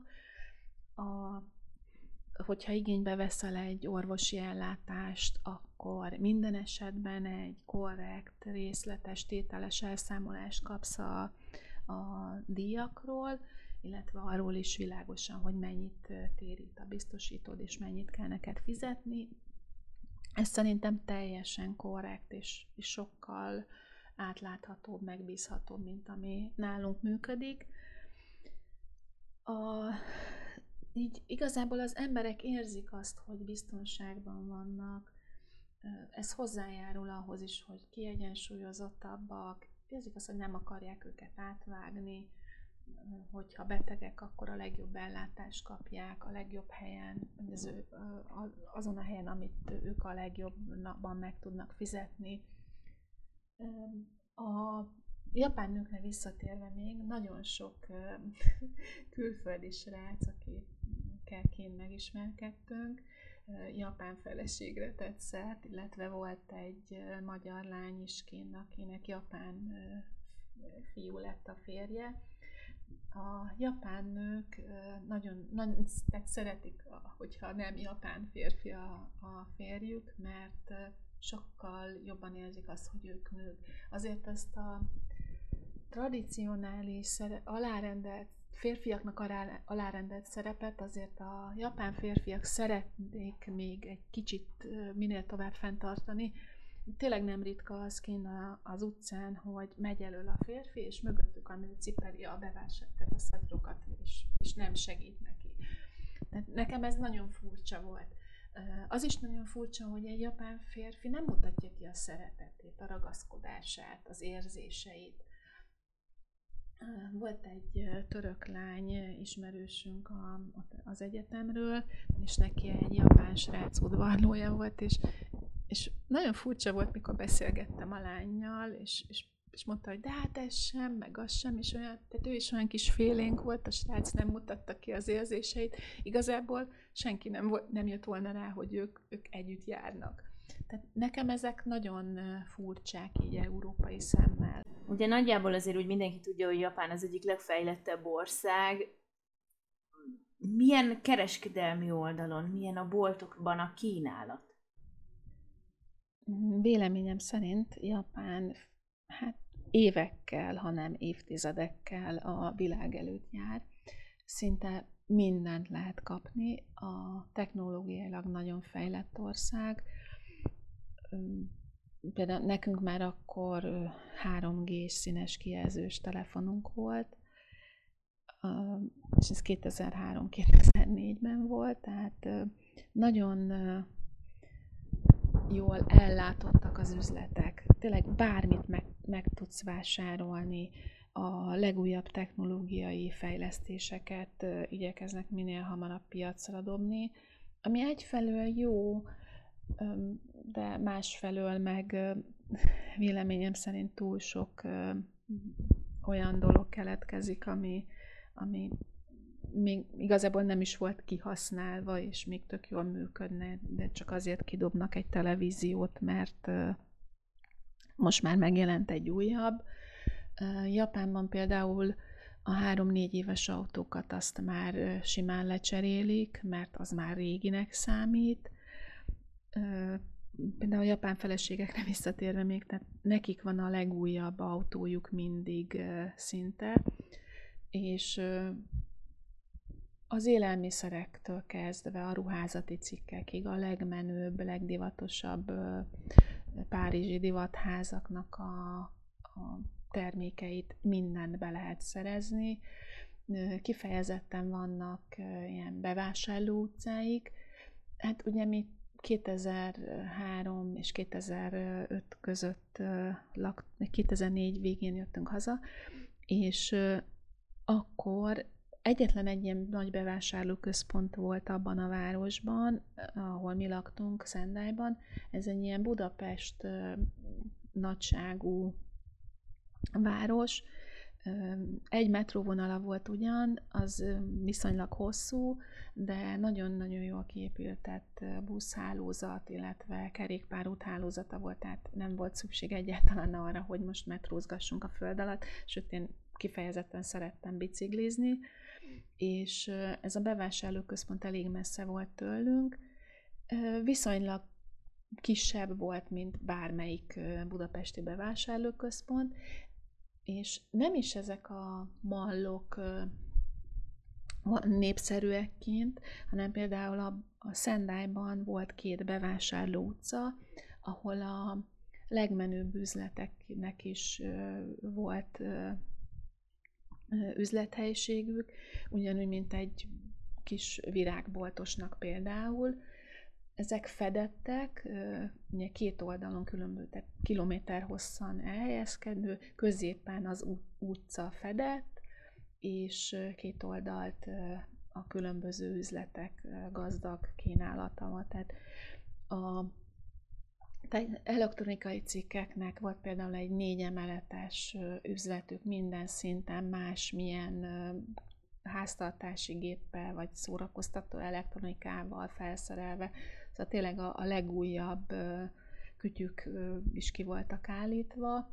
Hogyha igénybe veszel egy orvosi ellátást, akkor minden esetben egy korrekt, részletes, tételes elszámolást kapsz a díjakról, illetve arról is világosan, hogy mennyit térít a biztosítód, és mennyit kell neked fizetni. Ez szerintem teljesen korrekt, és sokkal átláthatóbb, megbízhatóbb, mint ami nálunk működik. Így igazából az emberek érzik azt, hogy biztonságban vannak. Ez hozzájárul ahhoz is, hogy kiegyensúlyozottabbak, érzik azt, hogy nem akarják őket átvágni, hogyha betegek, akkor a legjobb ellátást kapják, a legjobb helyen, azon a helyen, amit ők a legjobban meg tudnak fizetni. A japán nőknek visszatérve még nagyon sok külföldi srác, akikkel kint megismerkedtünk, japán feleségre tett szert, illetve volt egy magyar lány is kint, akinek japán fiú lett a férje. A japán nők nagyon szeretik, hogyha nem japán férfi a férjük, mert sokkal jobban érzik azt, hogy ők nők. Azért ezt a tradicionális férfiaknak alárendelt szerepet azért a japán férfiak szeretnék még egy kicsit minél tovább fenntartani. Tényleg nem ritka az kint az utcán, hogy megy elől a férfi, és mögöttük a nő cipeli a bevásárlott a szatyrokat, és nem segít neki. Tehát nekem ez nagyon furcsa volt. Az is nagyon furcsa, hogy egy japán férfi nem mutatja ki a szeretetét, a ragaszkodását, az érzéseit. Volt egy török lány ismerősünk az egyetemről, és neki egy japán srác udvarlója volt, és nagyon furcsa volt, mikor beszélgettem a lánnyal, és mondta, hogy de hát ez sem, meg az sem, és olyan, tehát ő is olyan kis félénk volt, a srác nem mutatta ki az érzéseit. Igazából senki nem jött volna rá, hogy ők együtt járnak. Tehát nekem ezek nagyon furcsák így európai szemmel. Ugye nagyjából azért úgy mindenki tudja, hogy Japán az egyik legfejlettebb ország. Milyen kereskedelmi oldalon, milyen a boltokban a kínálat? Véleményem szerint Japán évekkel, hanem évtizedekkel a világ előtt jár. Szinte mindent lehet kapni. A technológiailag nagyon fejlett ország. Például nekünk már akkor 3G-s színes kijelzős telefonunk volt, és ez 2003-2004-ben volt, tehát nagyon jól ellátottak az üzletek. Tényleg bármit meg tudsz vásárolni, a legújabb technológiai fejlesztéseket igyekeznek minél hamarabb piacra dobni, ami egyfelől jó, de másfelől meg véleményem szerint túl sok olyan dolog keletkezik, ami még igazából nem is volt kihasználva, és még tök jól működne, de csak azért kidobnak egy televíziót, mert most már megjelent egy újabb. Japánban például a 3-4 éves autókat azt már simán lecserélik, mert az már réginek számít. Például a japán feleségekre visszatérve még, tehát nekik van a legújabb autójuk mindig szinte, és az élelmiszerektől kezdve a ruházati cikkekig a legmenőbb, legdivatosabb párizsi divatházaknak a termékeit mindent be lehet szerezni. Kifejezetten vannak ilyen bevásárló utcáik. Hát ugye mi 2003 és 2005 között 2004 végén jöttünk haza, és akkor egyetlen egy ilyen nagy bevásárlóközpont volt abban a városban, ahol mi laktunk, Sendaiban. Ez egy ilyen Budapest nagyságú város. Egy metróvonala volt ugyan, az viszonylag hosszú, de nagyon-nagyon jól kiépültett buszhálózat, illetve kerékpárút hálózata volt, tehát nem volt szükség egyáltalán arra, hogy most metrózgassunk a föld alatt, sőt én kifejezetten szerettem biciklizni, és ez a bevásárlóközpont elég messze volt tőlünk. Viszonylag kisebb volt, mint bármelyik budapesti bevásárlóközpont, és nem is ezek a mallok népszerűek kint, hanem például a Sendaiban volt 2 bevásárló utca, ahol a legmenőbb üzleteknek is volt üzlethelyiségük, ugyanúgy, mint egy kis virágboltosnak például. Ezek fedettek, ugye 2 oldalon különböző, tehát kilométer hosszan elhelyezkedő, középen az utca fedett, és két oldalt a különböző üzletek gazdag kínálata volt. Tehát a elektronikai cikkeknek volt például egy 4 emeletes üzletük, minden szinten másmilyen háztartási géppel vagy szórakoztató elektronikával felszerelve. Szóval tényleg a legújabb kütyük is ki voltak állítva.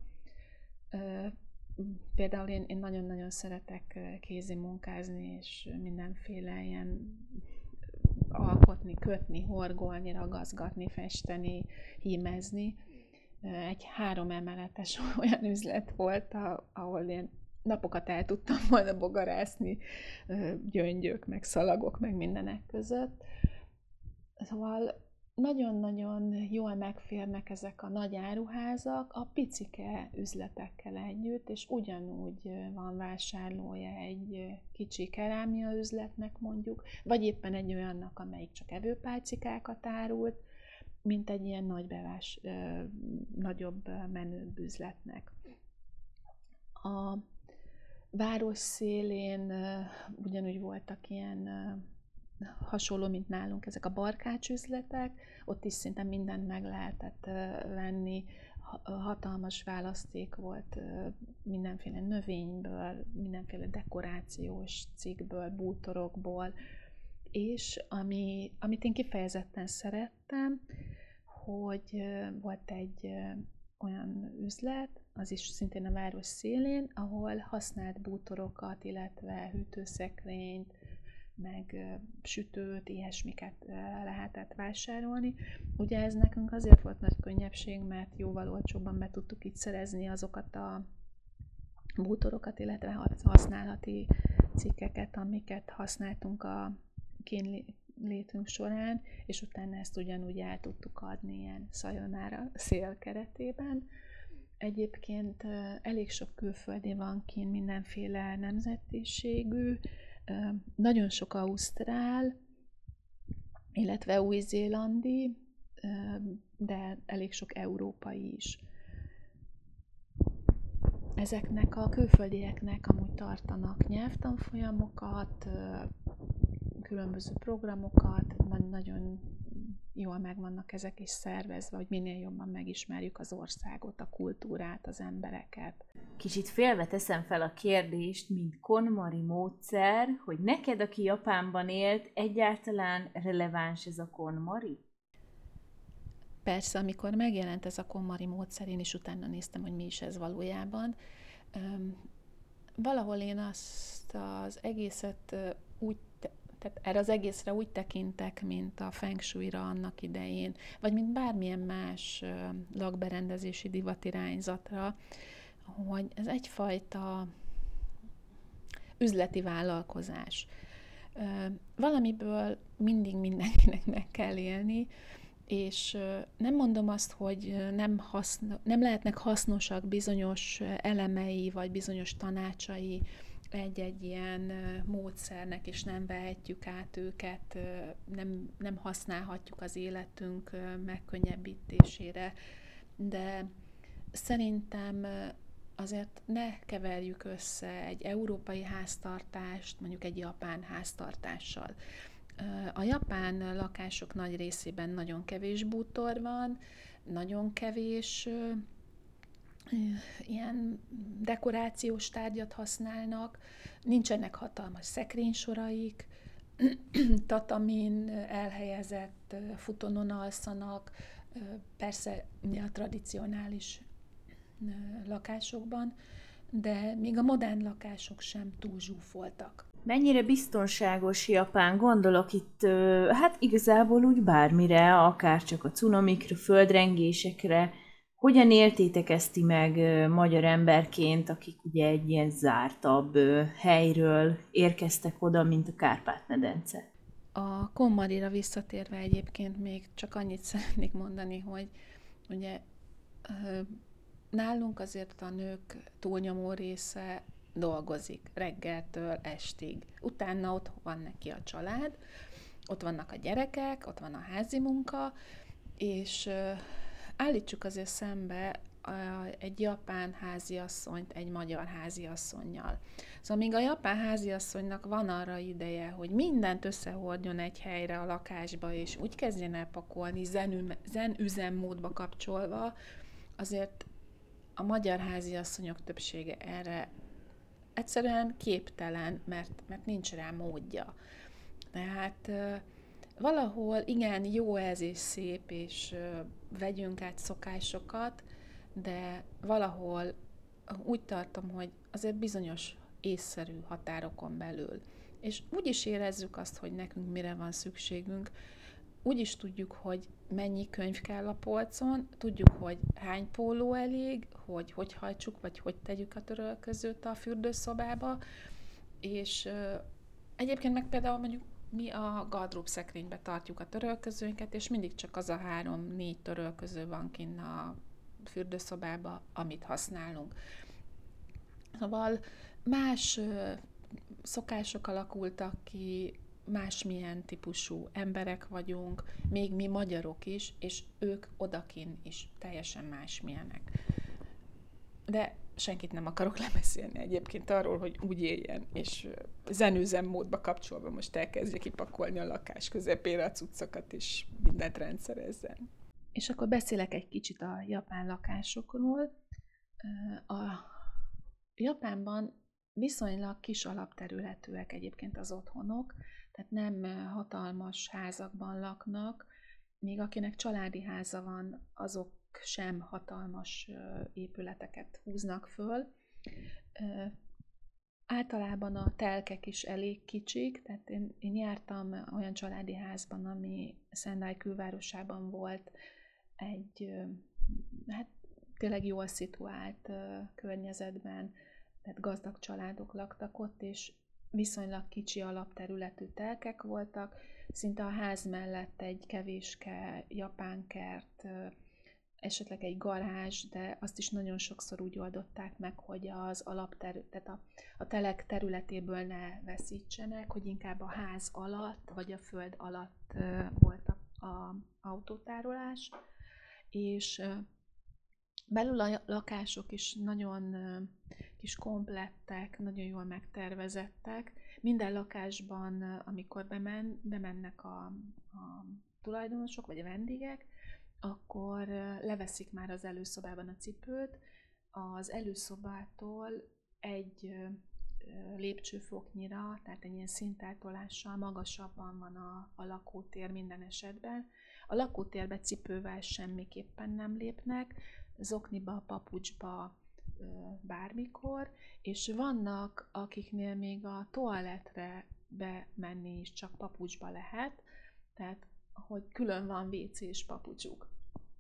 Például én nagyon-nagyon szeretek kézi munkázni, és mindenféle ilyen alkotni, kötni, horgolni, ragaszgatni, festeni, hímezni. Egy 3 emeletes olyan üzlet volt, ahol én napokat el tudtam volna bogarászni gyöngyök, meg szalagok, meg mindenek között. Szóval nagyon-nagyon jól megférnek ezek a nagy áruházak a picike üzletekkel együtt, és ugyanúgy van vásárlója egy kicsi kerámia üzletnek mondjuk, vagy éppen egy olyannak, amelyik csak evőpálcikákat árult, mint egy ilyen nagyobb menőbb üzletnek. A város szélén ugyanúgy voltak ilyen hasonló, mint nálunk ezek a barkácsüzletek, ott is szinte mindent meg lehetett venni, hatalmas választék volt mindenféle növényből, mindenféle dekorációs cikkből, bútorokból, és amit én kifejezetten szerettem, hogy volt egy olyan üzlet, az is szintén a város szélén, ahol használt bútorokat, illetve hűtőszekrényt, meg sütőt, ilyesmiket lehetett vásárolni. Ugye ez nekünk azért volt nagy könnyebbség, mert jóval olcsóbban be tudtuk itt szerezni azokat a bútorokat, illetve használati cikkeket, amiket használtunk a kínlétünk során, és utána ezt ugyanúgy el tudtuk adni ilyen Sayonara szél keretében. Egyébként elég sok külföldi van kint, mindenféle nemzetiségű, nagyon sok ausztrál, illetve új-zélandi, de elég sok európai is. Ezeknek a külföldieknek amúgy tartanak nyelvtanfolyamokat, különböző programokat, nagyon jól meg vannak ezek is szervezve, hogy minél jobban megismerjük az országot, a kultúrát, az embereket. Kicsit félve teszem fel a kérdést, mint KonMari módszer, hogy neked, aki Japánban élt, egyáltalán releváns ez a KonMari? Persze, amikor megjelent ez a KonMari módszer, én is utána néztem, hogy mi is ez valójában. Valahol én azt az egészet tehát erre az egészre úgy tekintek, mint a Feng Shui-ra annak idején, vagy mint bármilyen más lakberendezési divatirányzatra, hogy ez egyfajta üzleti vállalkozás. Valamiből mindig mindenkinek meg kell élni, és nem mondom azt, hogy nem lehetnek hasznosak bizonyos elemei, vagy bizonyos tanácsai egy-egy ilyen módszernek, és nem vehetjük át őket, nem használhatjuk az életünk megkönnyebbítésére, de szerintem azért ne keverjük össze egy európai háztartást, mondjuk egy japán háztartással. A japán lakások nagy részében nagyon kevés bútor van, nagyon kevés ilyen dekorációs tárgyat használnak, nincsenek hatalmas szekrénysoraik, tatamin elhelyezett futonon alszanak, persze ugye a tradicionális lakásokban, de még a modern lakások sem túl zsúfoltak. Mennyire biztonságos Japán? Gondolok itt, hát igazából úgy bármire, akár csak a cunamikra, földrengésekre. Hogyan éltétek ezt meg magyar emberként, akik ugye egy ilyen zártabb helyről érkeztek oda, mint a Kárpát-medence? A KonMarira visszatérve egyébként még csak annyit szeretnék mondani, hogy ugye nálunk azért a nők túlnyomó része dolgozik reggeltől estig. Utána ott van neki a család, ott vannak a gyerekek, ott van a házi munka, és állítsuk azért szembe egy japán háziasszonyt egy magyar háziasszonnyal. Szóval még a japán háziasszonynak van arra ideje, hogy mindent összehordjon egy helyre a lakásba, és úgy kezdjen el pakolni, zen üzemmódba kapcsolva, azért a magyar háziasszonyok többsége erre egyszerűen képtelen, mert nincs rá módja. Tehát valahol igen, jó ez és szép, és vegyünk át szokásokat, de valahol úgy tartom, hogy azért bizonyos észszerű határokon belül. És úgy is érezzük azt, hogy nekünk mire van szükségünk, úgy is tudjuk, hogy mennyi könyv kell a polcon, tudjuk, hogy hány póló elég, hogy hajtsuk, vagy hogy tegyük a törölközőt a fürdőszobába, és egyébként meg például mondjuk mi a gardrób szekrénybe tartjuk a törölközőinket, és mindig csak az a 3-4 törölköző van kinn a fürdőszobába, amit használunk. Szóval más szokások alakultak ki, másmilyen típusú emberek vagyunk, még mi magyarok is, és ők odakin is teljesen másmilyenek. De senkit nem akarok lebeszélni egyébként arról, hogy úgy éljen, és zenőzemmódba kapcsolva most elkezdje kipakolni a lakás közepére a cuccokat, és mindent rendszerezzen. És akkor beszélek egy kicsit a japán lakásokról. A Japánban viszonylag kis alapterületűek egyébként az otthonok, tehát nem hatalmas házakban laknak, még akinek családi háza van, azok sem hatalmas épületeket húznak föl. Általában a telkek is elég kicsik, tehát én jártam olyan családi házban, ami Szendai külvárosában volt, egy hát tényleg jól szituált környezetben, tehát gazdag családok laktak ott, és viszonylag kicsi alapterületű telkek voltak, szinte a ház mellett egy kevéske japánkert, esetleg egy garázs, de azt is nagyon sokszor úgy oldották meg, hogy az tehát a telek területéből ne veszítsenek, hogy inkább a ház alatt, vagy a föld alatt volt a autótárolás, és belül a lakások is nagyon kis komplettek, nagyon jól megtervezettek. Minden lakásban, amikor bemennek a tulajdonosok vagy a vendégek, akkor leveszik már az előszobában a cipőt. Az előszobától egy lépcsőfoknyira, tehát egy ilyen szintátolással magasabban van a lakótér minden esetben. A lakótérbe cipővel semmiképpen nem lépnek, zokniba, papucsba, bármikor, és vannak, akiknél még a toaletre bemenni is csak papucsba lehet, tehát hogy külön van WC és papucsuk.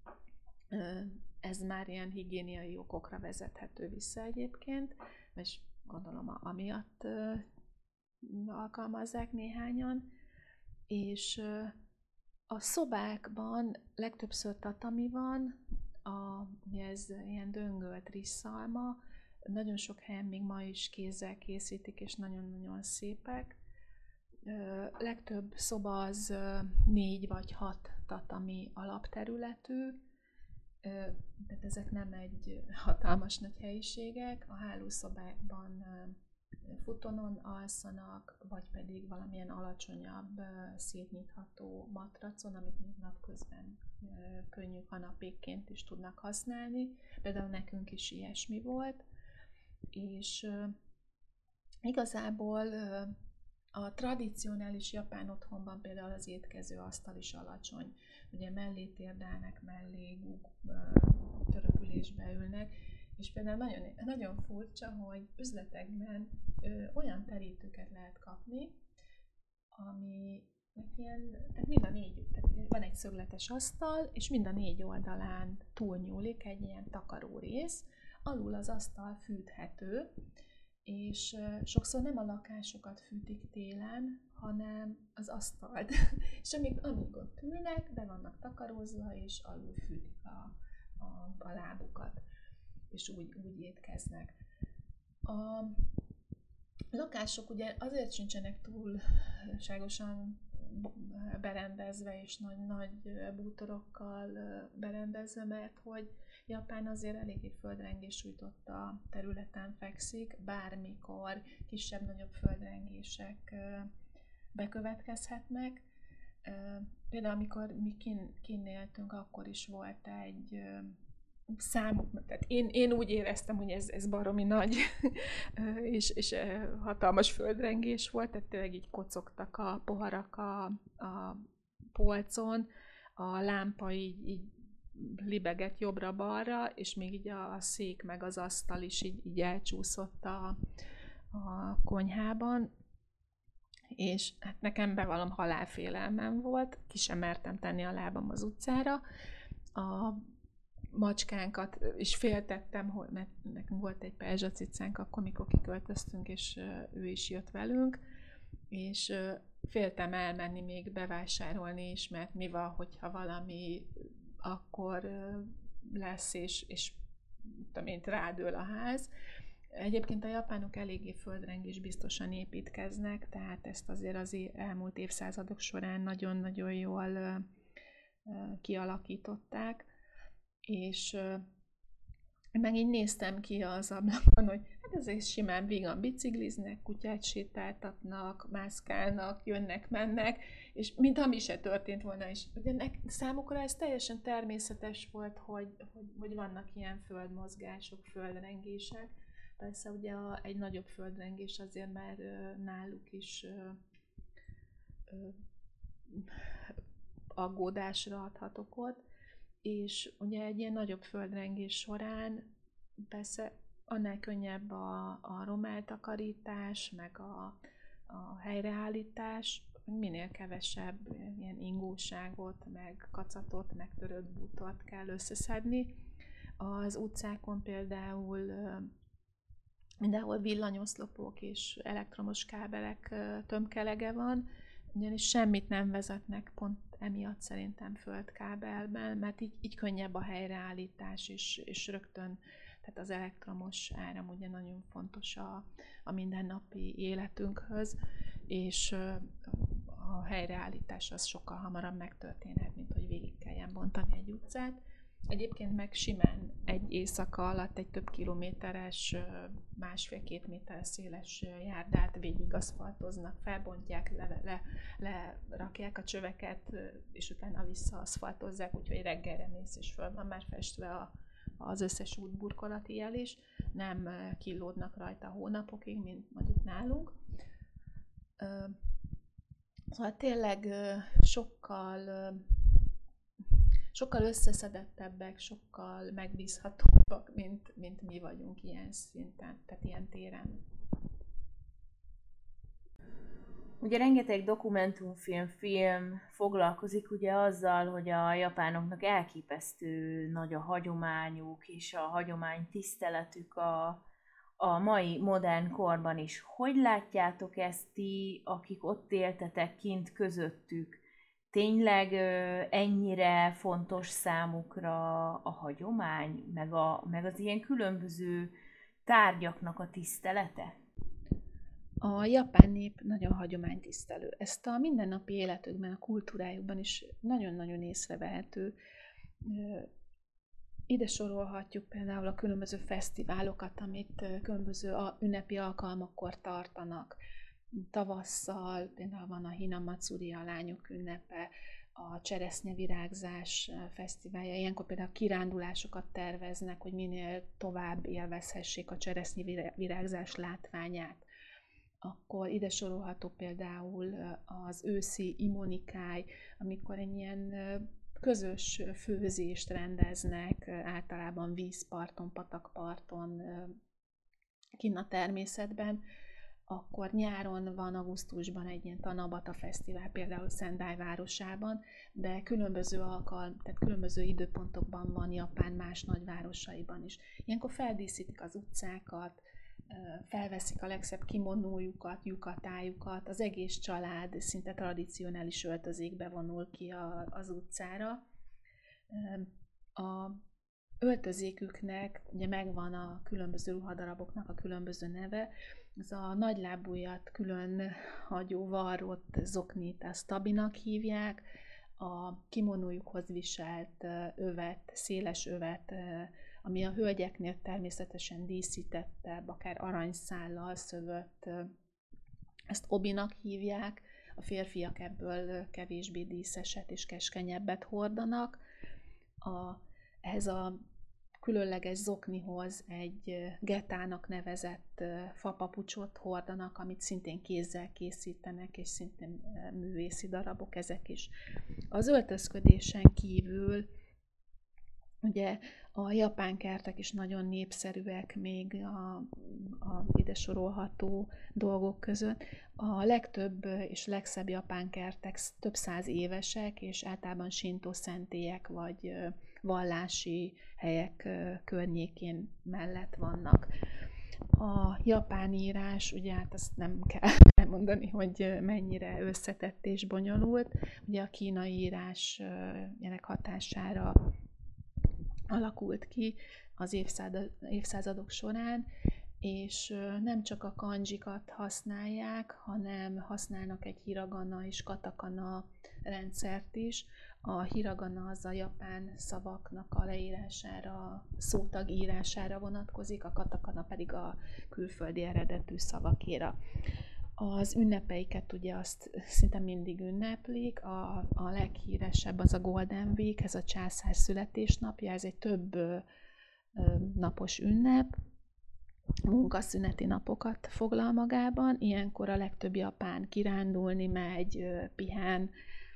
Ez már ilyen higiéniai okokra vezethető vissza egyébként, és gondolom amiatt alkalmazzák néhányan, és a szobákban legtöbbször tatami van, ez ilyen döngölt risszalma, nagyon sok helyen még ma is kézzel készítik, és nagyon-nagyon szépek. Legtöbb szoba az 4 vagy 6 tatami alapterületű, tehát ezek nem egy hatalmas nagy helyiségek. A hálószobákban futonon alszanak, vagy pedig valamilyen alacsonyabb, szétnyitható matracon, amit még napközben könnyű kanapékként is tudnak használni. Például nekünk is ilyesmi volt, és igazából a tradicionális japán otthonban például az étkező asztal is alacsony. Ugye mellé térdelnek, mellé törökülésbe ülnek, és például nagyon, nagyon furcsa, hogy üzletekben olyan terítőket lehet kapni, ami ilyen, tehát mind a 4, tehát van egy szögletes asztal, és mind a 4 oldalán túlnyúlik egy ilyen takaró rész, alul az asztal fűthető, és sokszor nem a lakásokat fűtik télen, hanem az asztalt. És amíg ott ülnek, be vannak takarózva, és alul fűtik a lábukat, és úgy étkeznek. A lakások ugye azért sincsenek túlságosan berendezve, és nagy bútorokkal berendezve, mert hogy Japán azért eléggé földrengés sújtotta területen fekszik, bármikor kisebb-nagyobb földrengések bekövetkezhetnek. Például amikor mi kinn éltünk, akkor is volt egy tehát én úgy éreztem, hogy ez baromi nagy és hatalmas földrengés volt, tehát tényleg így kocogtak a poharak a polcon, a lámpa így libegett jobbra-balra, és még így a szék meg az asztal is így elcsúszott a konyhában, és hát nekem bevallom, halálfélelmem volt, ki sem mertem tenni a lábam az utcára. A macskánkat is féltettem, mert nekünk volt egy perzsacicánk akkor, mikor kiköltöztünk, és ő is jött velünk, és féltem elmenni még bevásárolni is, mert mi van, hogyha valami akkor lesz, és tudom én, rádől a ház. Egyébként a japánok eléggé földrengés biztosan építkeznek, tehát ezt azért az elmúlt évszázadok során nagyon-nagyon jól kialakították, és meg így néztem ki az ablakon, hogy hát azért simán vígan bicikliznek, kutyát sétáltatnak, mászkálnak, jönnek, mennek, és mintha mi se történt volna is. Ugye számukra ez teljesen természetes volt, hogy vannak ilyen földmozgások, földrengések. Persze ugye egy nagyobb földrengés azért már náluk is aggódásra adhat okot, és ugye egy ilyen nagyobb földrengés során persze annál könnyebb a romeltakarítás, meg a helyreállítás, minél kevesebb ilyen ingóságot, meg kacatot, meg törött bútort kell összeszedni. Az utcákon például mindenhol villanyoszlopok és elektromos kábelek tömkelege van, ugyanis semmit nem vezetnek pont emiatt szerintem földkábelben, mert így könnyebb a helyreállítás, és rögtön, tehát az elektromos áram ugye nagyon fontos a mindennapi életünkhöz, és a helyreállítás az sokkal hamarabb megtörténhet, mint hogy végig kelljen bontani egy utcát. Egyébként meg simán egy éjszaka alatt egy több kilométeres, 1,5-2 méter széles járdát végig aszfaltoznak, felbontják, lerakják a csöveket, és utána visszaaszfaltozzák, úgyhogy reggelre mész, és föl van már festve az összes útburkolati jel is. Nem killódnak rajta hónapokig, mint mondjuk nálunk. Szóval tényleg sokkal összeszedettebbek, sokkal megbízhatóbbak, mint mi vagyunk ilyen szinten, tehát ilyen téren. Ugye rengeteg dokumentumfilm foglalkozik ugye azzal, hogy a japánoknak elképesztő nagy a hagyományuk, és a hagyomány tiszteletük a mai modern korban is. Hogy látjátok ezt ti, akik ott éltetek kint közöttük? Tényleg ennyire fontos számukra a hagyomány, meg az ilyen különböző tárgyaknak a tisztelete? A japán nép nagyon hagyománytisztelő. Ezt a mindennapi életükben, a kultúrájukban is nagyon-nagyon észrevehető. Ide sorolhatjuk például a különböző fesztiválokat, amit különböző ünnepi alkalmakkor tartanak. Tavasszal például van a Hinamatsuri, a lányok ünnepe, a cseresznyevirágzás fesztiválja. Ilyenkor például kirándulásokat terveznek, hogy minél tovább élvezhessék a cseresznyevirágzás látványát. Akkor ide sorolható például az őszi imonikáj, amikor egy ilyen közös főzést rendeznek, általában vízparton, patakparton, kinn a természetben. Akkor nyáron van augusztusban egy ilyen Tanabata fesztivál, például Szendai városában, de tehát különböző időpontokban van Japán más nagyvárosaiban is. Ilyenkor feldíszítik az utcákat, felveszik a legszebb kimonójukat, jukatájukat, az egész család szinte tradicionális öltözékbe vonul ki az utcára. A öltözéküknek ugye megvan a különböző ruhadaraboknak a különböző neve, ez a nagylábújat külön hagyó varrott zoknit, ezt tabinak hívják, a kimonójukhoz viselt övet, széles övet, ami a hölgyeknél természetesen díszítettebb, akár aranyszállal szövött, ezt obinak hívják, a férfiak ebből kevésbé díszeset és keskenyebbet hordanak. Ehhez a különleges zoknihoz egy getának nevezett fapapucsot hordanak, amit szintén kézzel készítenek, és szintén művészi darabok ezek is. Az öltözködésen kívül ugye a japán kertek is nagyon népszerűek még a ide sorolható dolgok között. A legtöbb és legszebb japán kertek több száz évesek, és általában sintó szentélyek vagy vallási helyek környékén mellett vannak. A japán írás, ugye hát azt nem kell elmondani, hogy mennyire összetett és bonyolult. Ugye a kínai írás ennek hatására alakult ki az évszázadok során, és nem csak a kanjikat használják, hanem használnak egy hiragana és katakana rendszert is. A hiragana az a japán szavaknak a leírására, szótag írására vonatkozik, a katakana pedig a külföldi eredetű szavakéra. Az ünnepeiket ugye azt szinte mindig ünneplik, a leghíresebb az a Golden Week, ez a császár születésnapja, ez egy több napos ünnep, munkaszüneti napokat foglal magában, ilyenkor a legtöbb japán kirándulni megy, pihen.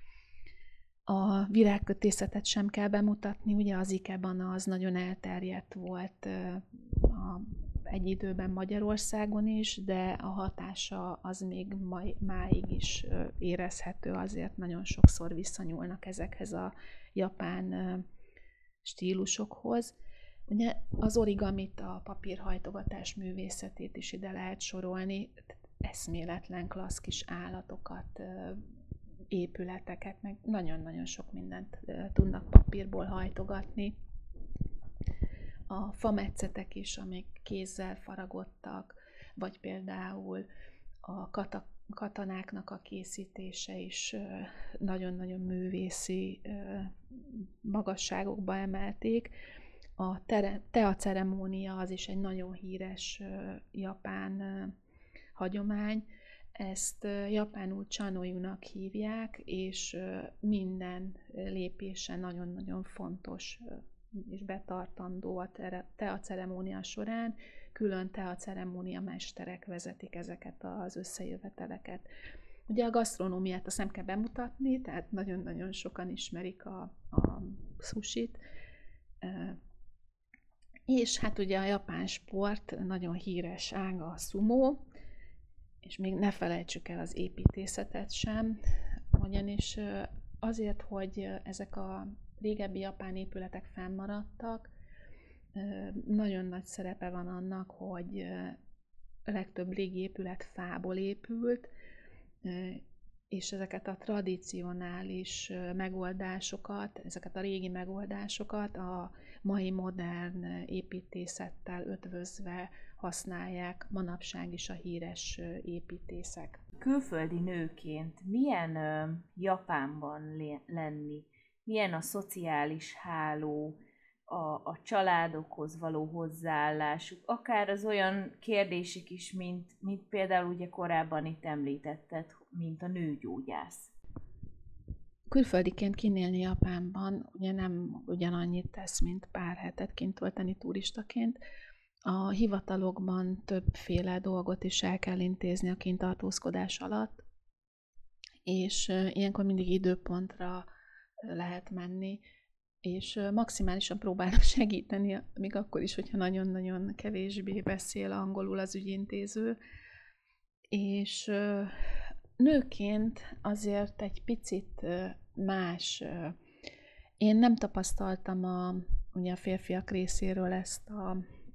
A virágkötészetet sem kell bemutatni, ugye az ikebana az nagyon elterjedt volt egy időben Magyarországon is, de a hatása az még máig is érezhető, azért nagyon sokszor visszanyúlnak ezekhez a japán stílusokhoz. Ugye az origamit, a papírhajtogatás művészetét is ide lehet sorolni, eszméletlen klassz kis állatokat, épületeket, meg nagyon-nagyon sok mindent tudnak papírból hajtogatni. A fametszetek is, amik kézzel faragottak, vagy például a katanáknak a készítése is nagyon-nagyon művészi magasságokba emelték. A tea ceremónia az is egy nagyon híres japán hagyomány. Ezt japánul chanoyu-nak hívják, és minden lépése nagyon-nagyon fontos és betartandó a tea ceremónia során. Külön tea ceremónia mesterek vezetik ezeket az összejöveteleket. Ugye a gasztronómiát azt nem kell bemutatni, tehát nagyon-nagyon sokan ismerik a sushit. És hát ugye a japán sport nagyon híres ága a sumo, és még ne felejtsük el az építészetet sem, ugyanis azért, hogy ezek a régebbi japán épületek fennmaradtak, nagyon nagy szerepe van annak, hogy a legtöbb régi épület fából épült, és ezeket a tradicionális megoldásokat, ezeket a régi megoldásokat a mai modern építészettel ötvözve használják manapság is a híres építészek. Külföldi nőként milyen Japánban lenni? Milyen a szociális háló, a családokhoz való hozzáállásuk, akár az olyan kérdések is, mint például ugye korábban itt említetted, mint a nőgyógyász. Külföldiként kinélni Japánban ugye nem ugyanannyit tesz, mint pár hetet kint tölteni turistaként. A hivatalokban többféle dolgot is el kell intézni a kintartózkodás alatt, és ilyenkor mindig időpontra lehet menni, és maximálisan próbálnak segíteni, még akkor is, hogyha nagyon-nagyon kevésbé beszél angolul az ügyintéző. És nőként azért egy picit más. Én nem tapasztaltam ugye a férfiak részéről ezt a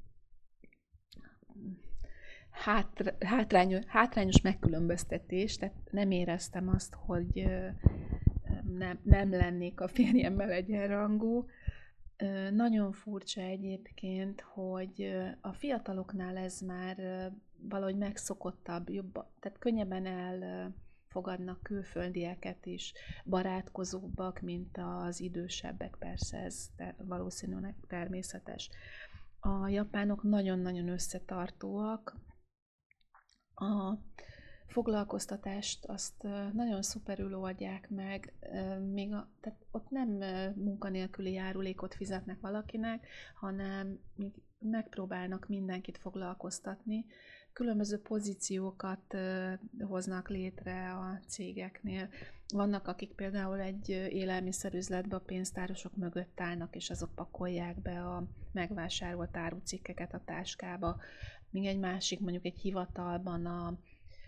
hátrányos megkülönböztetést, tehát nem éreztem azt, hogy nem lennék a férjemmel egyenrangú. Nagyon furcsa egyébként, hogy a fiataloknál ez már valahogy megszokottabb, jobb, tehát könnyebben fogadnak külföldieket is, barátkozóbbak, mint az idősebbek, persze ez valószínűleg természetes. A japánok nagyon-nagyon összetartóak, a foglalkoztatást azt nagyon szuperül oldják meg, tehát ott nem munkanélküli járulékot fizetnek valakinek, hanem megpróbálnak mindenkit foglalkoztatni. Különböző pozíciókat hoznak létre a cégeknél. Vannak, akik például egy élelmiszerüzletbe a pénztárosok mögött állnak, és azok pakolják be a megvásárolt árucikkeket a táskába, míg egy másik, mondjuk egy hivatalban a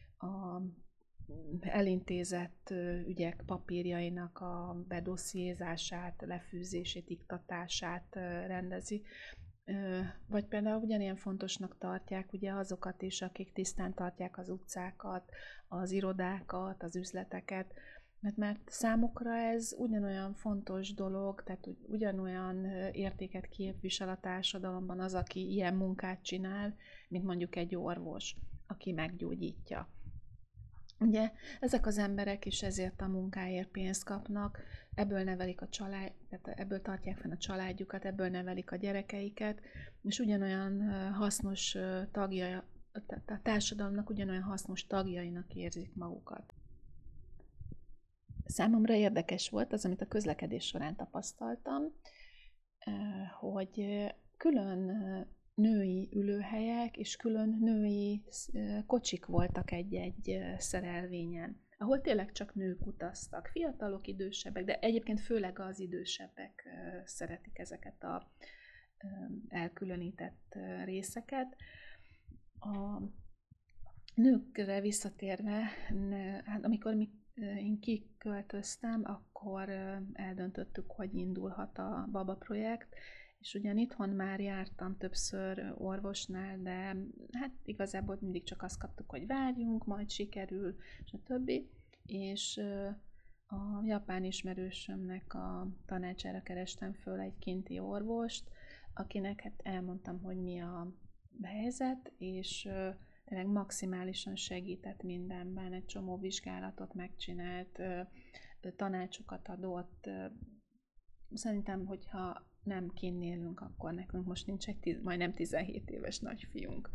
elintézett ügyek papírjainak a bedossziézását, lefűzését, iktatását rendezi. Vagy például ugyanilyen fontosnak tartják ugye azokat is, akik tisztán tartják az utcákat, az irodákat, az üzleteket, mert számukra ez ugyanolyan fontos dolog, tehát ugyanolyan értéket képvisel a társadalomban az, aki ilyen munkát csinál, mint mondjuk egy orvos, aki meggyógyítja. Ugye ezek az emberek is ezért a munkáért pénzt kapnak, ebből nevelik a család, tehát ebből tartják fenn a családjukat, ebből nevelik a gyerekeiket, és ugyanolyan hasznos tagja, a társadalomnak ugyanolyan hasznos tagjainak érzik magukat. Számomra érdekes volt az, amit a közlekedés során tapasztaltam, hogy külön női ülőhelyek és külön női kocsik voltak egy-egy szerelvényen, ahol tényleg csak nők utaztak, fiatalok, idősebbek, de egyébként főleg az idősebbek szeretik ezeket a elkülönített részeket. A nőkre visszatérve, hát amikor én kiköltöztem, akkor eldöntöttük, hogy indulhat a Baba projekt, és ugyan itthon már jártam többször orvosnál, de hát igazából mindig csak azt kaptuk, hogy várjunk, majd sikerül, stb. És a japán ismerősömnek a tanácsára kerestem föl egy kinti orvost, akinek hát elmondtam, hogy mi a helyzet, és tényleg maximálisan segített mindenben, egy csomó vizsgálatot megcsinált, tanácsokat adott. Szerintem, hogyha nem kinn élünk, akkor nekünk most nincs egy majdnem 17 éves nagyfiunk.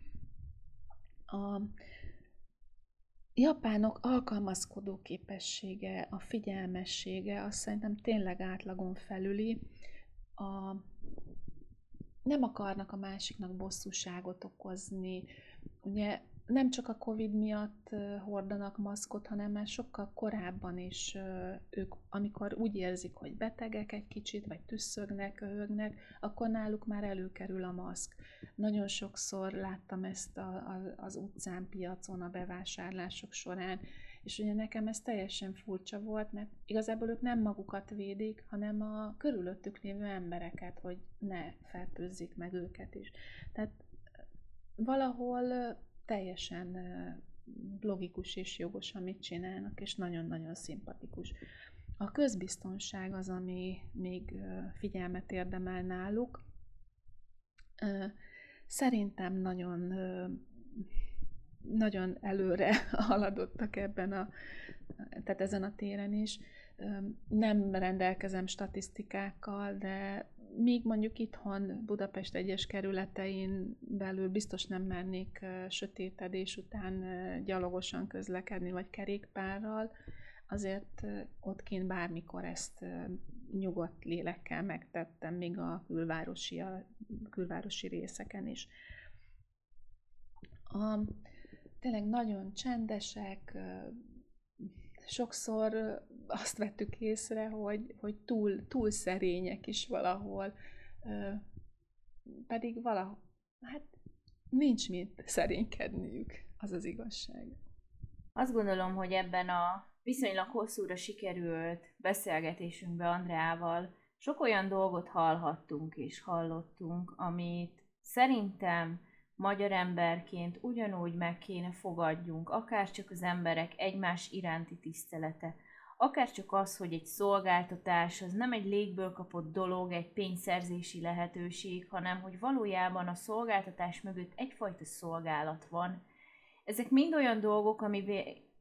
A japánok alkalmazkodó képessége, a figyelmessége, azt szerintem tényleg átlagon felüli. Nem akarnak a másiknak bosszúságot okozni. Ugye nem csak a Covid miatt hordanak maszkot, hanem már sokkal korábban is ők, amikor úgy érzik, hogy betegek egy kicsit, vagy tüsszögnek, köhögnek, akkor náluk már előkerül a maszk. Nagyon sokszor láttam ezt az utcán, piacon, a bevásárlások során, és ugye nekem ez teljesen furcsa volt, mert igazából ők nem magukat védik, hanem a körülöttük lévő embereket, hogy ne fertőzzék meg őket is. Tehát valahol teljesen logikus és jogos, amit csinálnak, és nagyon-nagyon szimpatikus. A közbiztonság az, ami még figyelmet érdemel náluk. Szerintem nagyon előre haladottak tehát ezen a téren is. Nem rendelkezem statisztikákkal, de míg mondjuk itthon Budapest egyes kerületein belül biztos nem mernék sötétedés után gyalogosan közlekedni, vagy kerékpárral, azért ott kint bármikor ezt nyugodt lélekkel megtettem, még a külvárosi részeken is. Tényleg nagyon csendesek, sokszor azt vettük észre, hogy túl szerények is valahol, pedig hát nincs mit szerénykedniük, az az igazság. Azt gondolom, hogy ebben a viszonylag hosszúra sikerült beszélgetésünkben Andreával sok olyan dolgot hallhattunk és hallottunk, amit szerintem magyar emberként ugyanúgy meg kéne fogadjunk, akár csak az emberek egymás iránti tisztelete, akár csak az, hogy egy szolgáltatás az nem egy légből kapott dolog, egy pénzszerzési lehetőség, hanem hogy valójában a szolgáltatás mögött egyfajta szolgálat van. Ezek mind olyan dolgok, amivel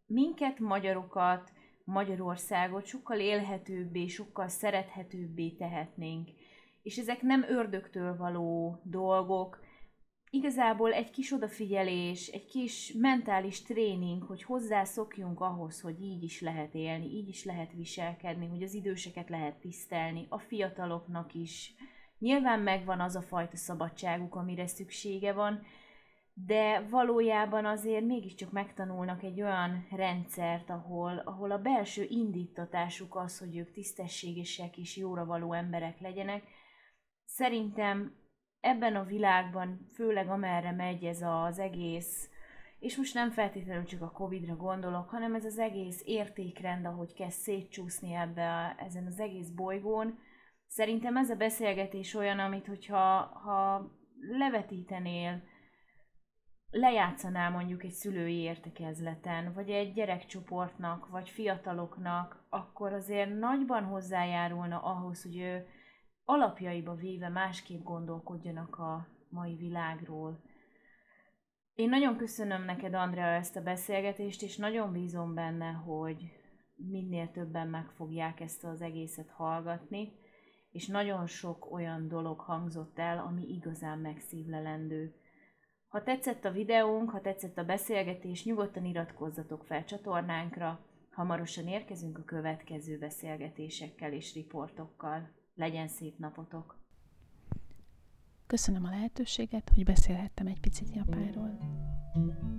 minket, magyarokat, Magyarországot sokkal élhetőbbé, sokkal szerethetőbbé tehetnénk. És ezek nem ördögtől való dolgok, igazából egy kis odafigyelés, egy kis mentális tréning, hogy hozzászokjunk ahhoz, hogy így is lehet élni, így is lehet viselkedni, hogy az időseket lehet tisztelni, a fiataloknak is. Nyilván megvan az a fajta szabadságuk, amire szüksége van, de valójában azért mégiscsak megtanulnak egy olyan rendszert, ahol a belső indítatásuk az, hogy ők tisztességesek és jóra való emberek legyenek. Szerintem ebben a világban, főleg amerre megy ez az egész, és most nem feltétlenül csak a Covid-ra gondolok, hanem ez az egész értékrend, ahogy kezd szétcsúszni ezen az egész bolygón, szerintem ez a beszélgetés olyan, amit ha levetítenél, lejátszanál mondjuk egy szülői értekezleten, vagy egy gyerekcsoportnak, vagy fiataloknak, akkor azért nagyban hozzájárulna ahhoz, hogy ő alapjaiba véve másképp gondolkodjanak a mai világról. Én nagyon köszönöm neked, Andrea, ezt a beszélgetést, és nagyon bízom benne, hogy minél többen meg fogják ezt az egészet hallgatni, és nagyon sok olyan dolog hangzott el, ami igazán megszívlelendő. Ha tetszett a videónk, ha tetszett a beszélgetés, nyugodtan iratkozzatok fel csatornánkra, hamarosan érkezünk a következő beszélgetésekkel és riportokkal. Legyen szép napotok! Köszönöm a lehetőséget, hogy beszélhettem egy picit Japánról.